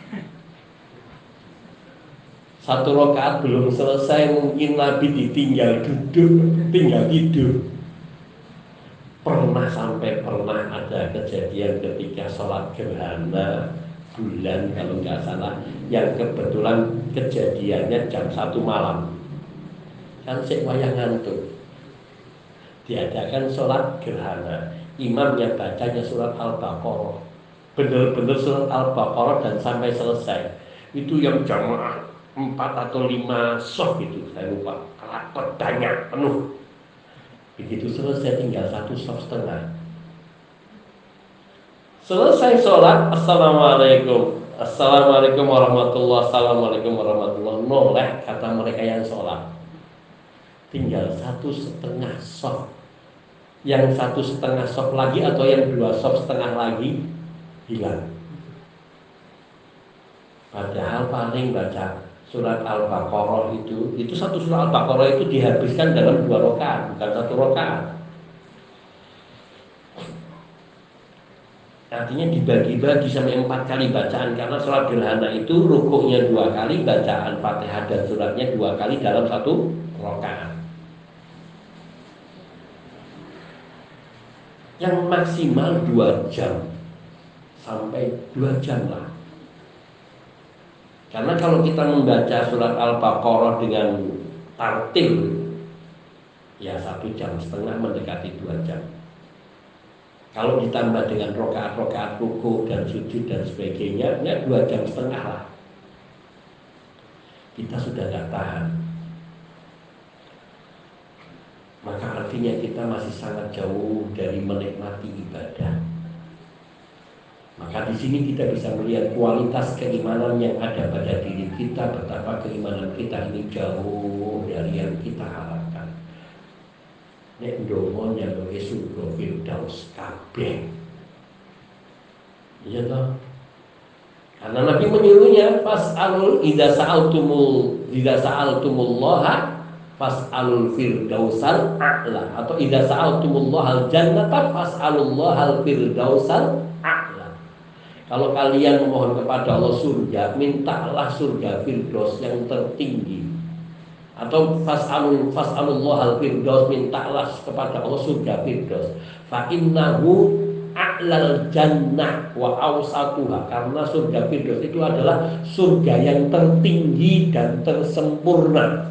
1 rakaat belum selesai, mungkin Nabi ditinggal duduk, tinggal tidur. Pernah ada kejadian ketika sholat gerhana bulan, kalau nggak salah, yang kebetulan kejadiannya jam 1 malam. Kan sik wayang ngantuk. Diadakan sholat gerhana, imam yang bacanya surat Al-Baqarah, benar-benar surat Al-Baqarah dan sampai selesai. Itu yang jamaah 4 atau 5 sof itu, saya lupa. Kelapet banyak, penuh. Begitu selesai tinggal 1 sof setengah. Selesai sholat, assalamualaikum, assalamualaikum warahmatullah, assalamualaikum warahmatullah. Noleh kata mereka yang sholat. Tinggal 1,5 sof. Yang 1,5 sof lagi atau yang 2 sof setengah lagi hilang. Padahal paling baca surat Al-Baqarah itu 1 surat Al-Baqarah itu dihabiskan dalam 2 rakaat, bukan 1 rakaat. Artinya dibagi-bagi sampai 4 kali bacaan, karena sholat gerhana itu rukuknya 2 kali, bacaan Fatihah dan suratnya 2 kali dalam 1 rakaat. Yang maksimal 2 jam sampai 2 jam lah. Karena kalau kita membaca surat Al-Baqarah dengan tartil, ya 1,5 jam mendekati 2 jam. Kalau ditambah dengan rokaat-rokaat rukuk dan sujud dan sebagainya, ya 2,5 jam lah. Kita sudah tidak tahan. Maka artinya kita masih sangat jauh dari menikmati ibadah. Maka di sini kita bisa melihat kualitas keimanan yang ada pada diri kita, betapa keimanan kita ini jauh dari yang kita harapkan. nek ndonga njaluk surga Firdaus kabeh. Iya toh? Karena Nabi menyuruhnya fas'alul idza sa'altumullaha fas'alul firdausal a'la, atau idza sa'altumullahal jannata fas'alullahal firdausal a'la. Kalau kalian memohon kepada Allah surga, mintalah surga firdaus yang tertinggi. Atau fas'alullahal firdaus, mintalah kepada Allah surga firdaus. Fa innahu a'lal jannah wa awsatuha, karena surga firdaus itu adalah surga yang tertinggi dan tersempurna.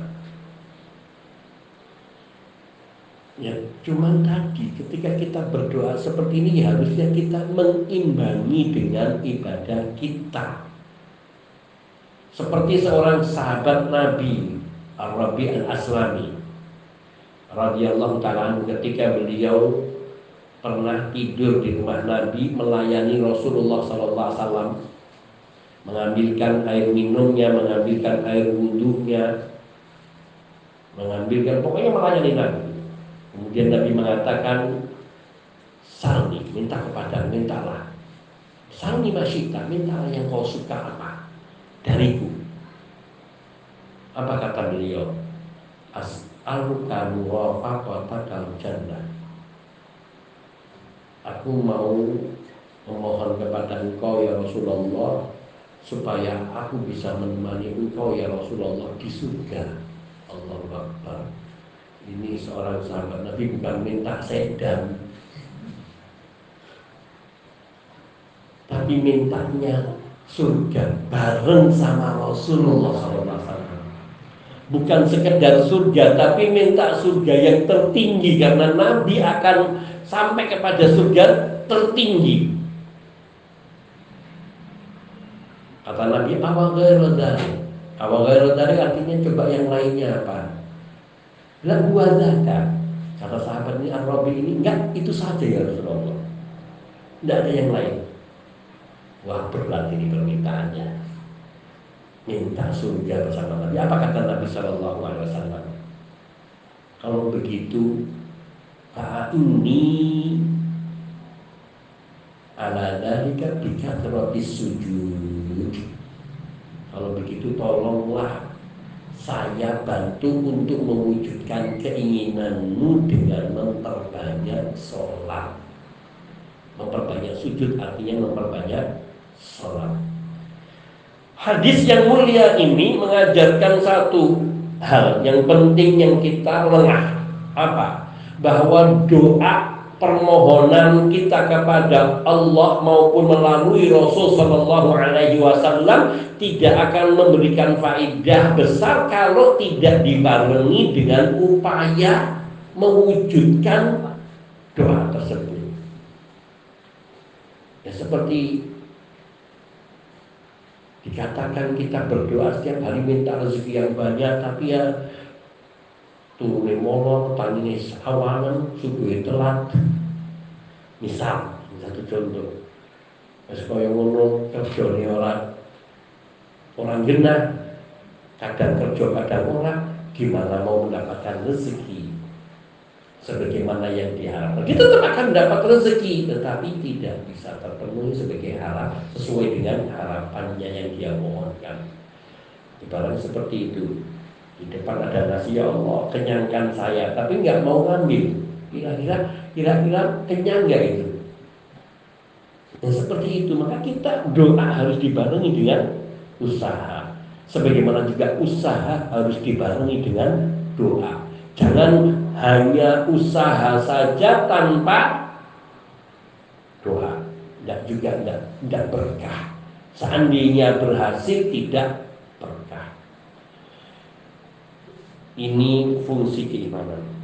Ya, cuman tadi ketika kita berdoa seperti ini harusnya kita mengimbangi dengan ibadah kita. Seperti seorang sahabat Nabi Ar-Rabi' Al-Aslami radhiyallahu ta'ala ketika beliau pernah tidur di rumah Nabi melayani Rasulullah SAW, mengambilkan air minumnya, mengambilkan air wudhunya, pokoknya melayani Nabi. Kemudian Nabi mengatakan, salni, mintalah. Salni masyita, mintalah yang kau suka apa dariku. Apa kata beliau? As'aluka murafaqatakal jannah. Aku mau memohon kepada engkau ya Rasulullah, supaya aku bisa menemani engkau ya Rasulullah di surga. Allahu Akbar. Ini seorang sahabat Nabi bukan minta sedan, tapi mintanya surga bareng sama Rasulullah SAW. Bukan sekedar surga, tapi minta surga yang tertinggi, karena Nabi akan sampai kepada surga tertinggi. Kata Nabi, awal ghairu dari artinya coba yang lainnya apa? La huwa dzaka. Kata sahabat ini Ar-Rabi ini, enggak, itu saja ya Rasulullah, enggak ada yang lain. Wah, berat ini permintaannya, minta surga bersama Nabi. Apa kata Nabi SAW? Kalau begitu, ini ala dzalika bikathratis sujud. Kalau begitu tolonglah saya bantu untuk mewujudkan keinginanmu dengan memperbanyak sholat. Memperbanyak sujud artinya memperbanyak sholat. Hadis yang mulia ini mengajarkan satu hal yang penting yang kita lengah. Apa? Bahwa doa permohonan kita kepada Allah maupun melalui Rasul Sallallahu Alaihi Wasallam tidak akan memberikan faedah besar kalau tidak dibarengi dengan upaya mewujudkan doa tersebut. Ya, seperti dikatakan kita berdoa setiap hari minta rezeki yang banyak, tapi ya turune molor, tangine awangan, subuhe telat. Misal, satu contoh. Wis kaya ngono kerjane orang genah, kadang kerja kadang orang, gimana mau mendapatkan rezeki sebagaimana yang diharapkan? Kita tetap akan mendapat rezeki, tetapi tidak bisa terpenuhi sebagai harap sesuai dengan harapannya yang dia mohonkan. Ibaratnya seperti itu. Di depan ada nasi, ya Allah kenyangkan saya, tapi nggak mau ngambil. Kira-kira kenyang nggak itu? Dan seperti itu, maka kita doa harus dibarengi dengan usaha. Sebagaimana juga usaha harus dibarengi dengan doa. Jangan hanya usaha saja tanpa doa. Tidak berkah. Seandainya berhasil tidak berkah. Ini fungsi keimanan.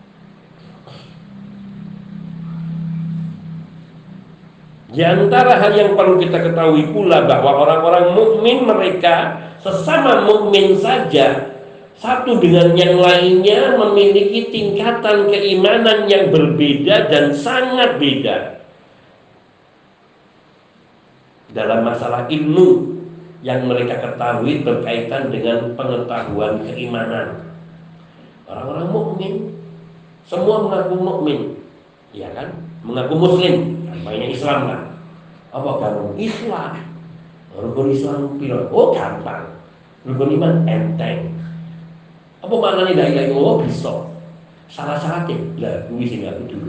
Di antara hal yang perlu kita ketahui pula bahwa orang-orang mukmin mereka sesama mukmin saja, satu dengan yang lainnya memiliki tingkatan keimanan yang berbeda dan sangat beda dalam masalah ilmu yang mereka ketahui berkaitan dengan pengetahuan keimanan. Orang-orang mukmin Semua mengaku mukmin, ya kan? Mengaku muslim, namanya Islam lah. Apa kamu Islam? Rukun Islam piro? Oh gampang. Rukun iman enteng. Apa maknanya la ilaha illallah bisa? Salah syaratnya lah kuwi sing aku dulu.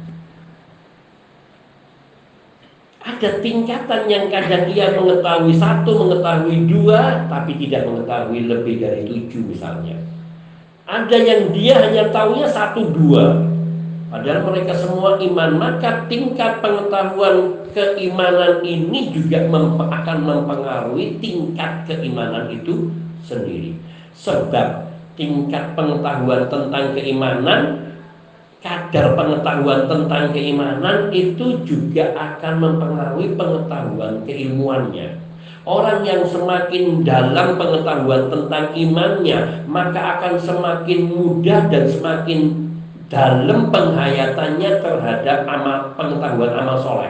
Ada tingkatan yang kadang ia mengetahui satu, mengetahui dua, tapi tidak mengetahui lebih dari 7 misalnya. Ada yang dia hanya tahunya 1, 2, padahal mereka semua iman. Maka tingkat pengetahuan keimanan ini juga akan mempengaruhi tingkat keimanan itu sendiri. Sebab tingkat pengetahuan tentang keimanan, kadar pengetahuan tentang keimanan itu juga akan mempengaruhi pengetahuan keilmuannya. Orang yang semakin dalam pengetahuan tentang imannya, maka akan semakin mudah dan semakin dalam penghayatannya terhadap pengetahuan amal soleh.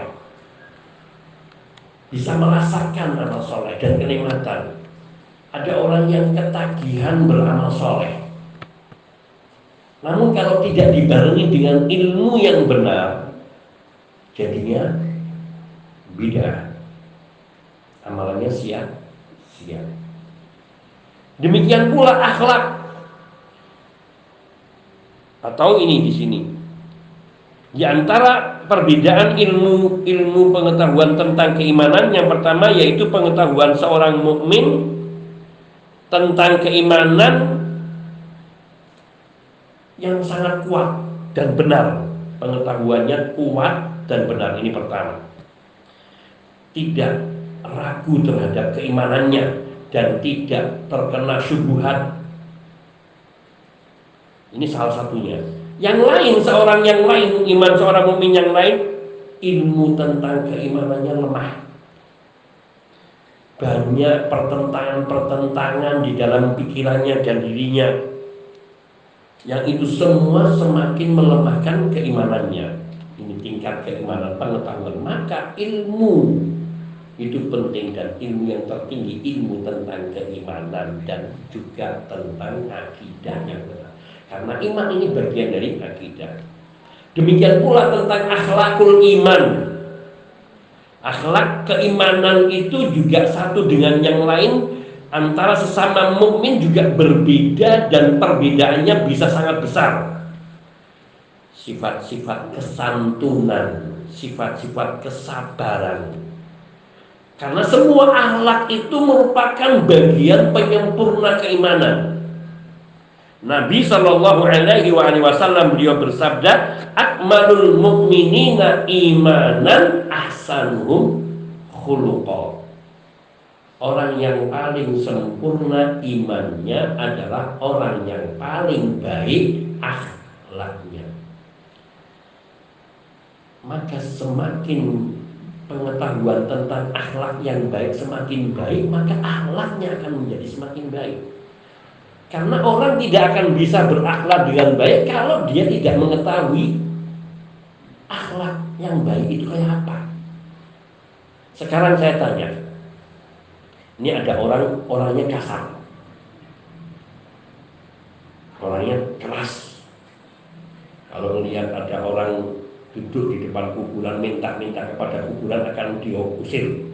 Bisa merasakan amal soleh dan kenikmatan. Ada orang yang ketagihan beramal soleh, namun kalau tidak dibarengi dengan ilmu yang benar, jadinya bid'ah, amalannya sia-sia. Demikian pula akhlak. Atau ini di sini. Di antara perbedaan ilmu pengetahuan tentang keimanan, yang pertama yaitu pengetahuan seorang mukmin tentang keimanan yang sangat kuat dan benar. Pengetahuannya kuat dan benar, ini pertama. Tidak ragu terhadap keimanannya dan tidak terkena syubhat. Ini salah satunya. Yang lain, seorang yang lain, iman seorang mukmin yang lain, ilmu tentang keimanannya lemah. Banyak pertentangan-pertentangan di dalam pikirannya dan dirinya, yang itu semua semakin melemahkan keimanannya. Ini tingkat keimanan, pengetahuan. Maka ilmu itu penting, dan ilmu yang tertinggi ilmu tentang keimanan dan juga tentang akidah yang benar. Karena iman ini bagian dari akidah. Demikian pula tentang akhlakul iman. Akhlak keimanan itu juga satu dengan yang lain, antara sesama mukmin juga berbeda, dan perbedaannya bisa sangat besar. Sifat-sifat kesantunan, sifat-sifat kesabaran. Karena semua akhlak itu merupakan bagian penyempurna keimanan. Nabi Shallallahu Alaihi Wasallam beliau bersabda, akmalul mu'minina imanan ahsanuhum khuluqa. Orang yang paling sempurna imannya adalah orang yang paling baik akhlaknya. Maka semakin pengetahuan tentang akhlak yang baik semakin baik, maka akhlaknya akan menjadi semakin baik. Karena orang tidak akan bisa berakhlak dengan baik kalau dia tidak mengetahui akhlak yang baik itu kayak apa. Sekarang saya tanya, ini ada orangnya kasar, orangnya keras. Kalau melihat ada orang duduk di depan kuburan minta-minta kepada kuburan, akan diusir.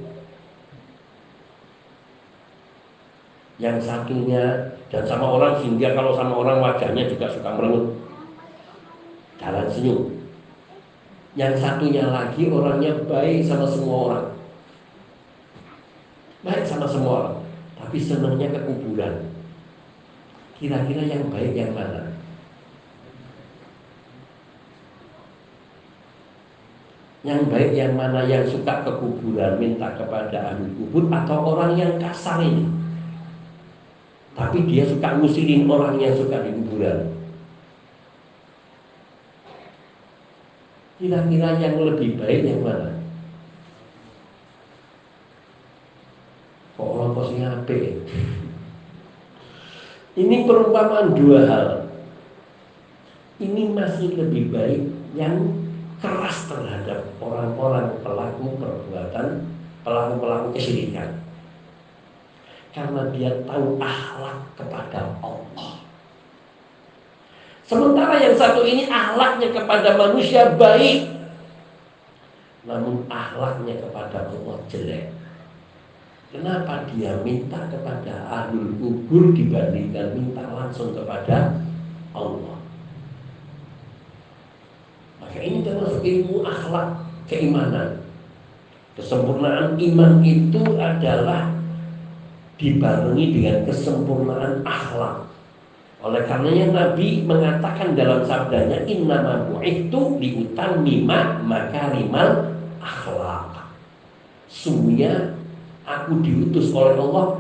Yang satunya, dan sama orang, sehingga kalau sama orang wajahnya juga suka merengut, jalan senyum. Yang satunya lagi orangnya baik sama semua orang, baik sama semua orang, tapi senangnya ke kuburan. Kira-kira yang baik yang mana? Yang baik yang mana? Yang suka ke kuburan, minta kepada ahli kubur, atau orang yang kasar ini, tapi dia suka ngusirin orang yang suka di kuburan? Kira-kira yang lebih baik yang mana? Kok orang posnya apik? Ini perumpamaan dua hal. Ini masih lebih baik yang keras terhadap orang-orang pelaku perbuatan, pelaku kesyirikan. Karena dia tahu akhlak kepada Allah. Sementara yang satu ini akhlaknya kepada manusia baik, namun akhlaknya kepada Allah jelek. Kenapa dia minta kepada ahlul kubur dibandingkan minta langsung kepada Allah? Maka ini termasuk ilmu akhlak keimanan. Kesempurnaan iman itu adalah dibarengi dengan kesempurnaan akhlak. Oleh karenanya Nabi mengatakan dalam sabdanya, innama bu'ithu liutammima makarimal akhlak. Sungguhnya aku diutus oleh Allah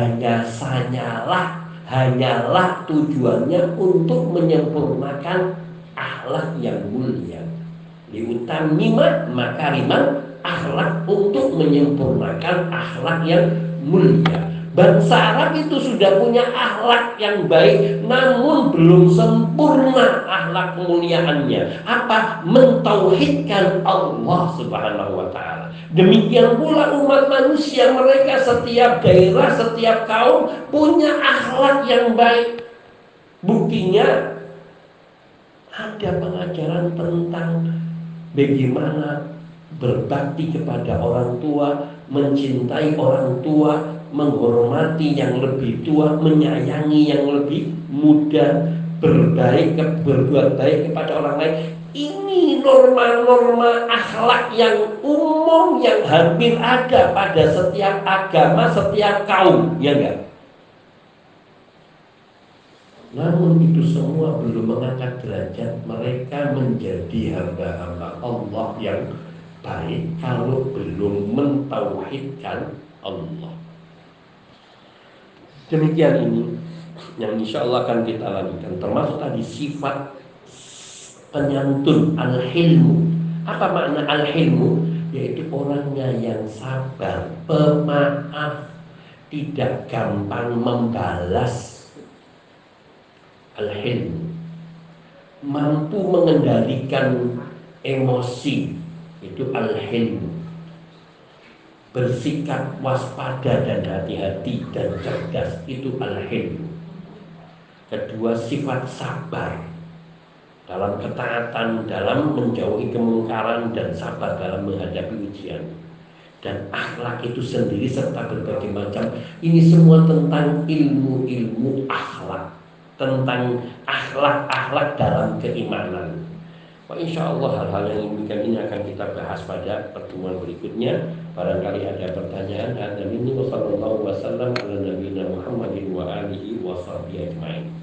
hanyalah tujuannya untuk menyempurnakan akhlak yang mulia. Liutammima makarimal akhlak, untuk menyempurnakan akhlak yang mulia. Bangsa Arab itu sudah punya akhlak yang baik, namun belum sempurna akhlak kemuliaannya. Apa? Mentauhidkan Allah Subhanahu wa ta'ala. Demikian pula umat manusia, mereka setiap daerah, setiap kaum punya akhlak yang baik. Buktinya ada pengajaran tentang bagaimana berbakti kepada orang tua, mencintai orang tua, menghormati yang lebih tua, menyayangi yang lebih muda, berbuat baik kepada orang lain. Ini norma-norma akhlak yang umum, yang hampir ada pada setiap agama, setiap kaum, ya enggak? Namun itu semua belum mengangkat derajat mereka menjadi hamba-hamba Allah yang baik kalau belum mentauhidkan Allah. Demikian ini yang insya Allah akan kita lanjutkan, termasuk tadi sifat penyantun, al-hilmu. Apa makna al-hilmu? Yaitu orangnya yang sabar, pemaaf, tidak gampang membalas. Al-hilmu, mampu mengendalikan emosi, itu al-hilmu. Bersikap waspada dan hati-hati dan cerdas, itu al-hilmu. Kedua, sifat sabar dalam ketaatan, dalam menjauhi kemungkaran, dan sabar dalam menghadapi ujian. Dan akhlak itu sendiri serta berbagai macam, ini semua tentang ilmu-ilmu akhlak, tentang akhlak-akhlak dalam keimanan. Insya Allah hal-hal yang demikian ini akan kita bahas pada pertemuan berikutnya. Barangkali ada pertanyaan. Hadza minni wa sallallahu wasallam ala nabiyina Muhammadin wa alihi wa sahbihi ajmain.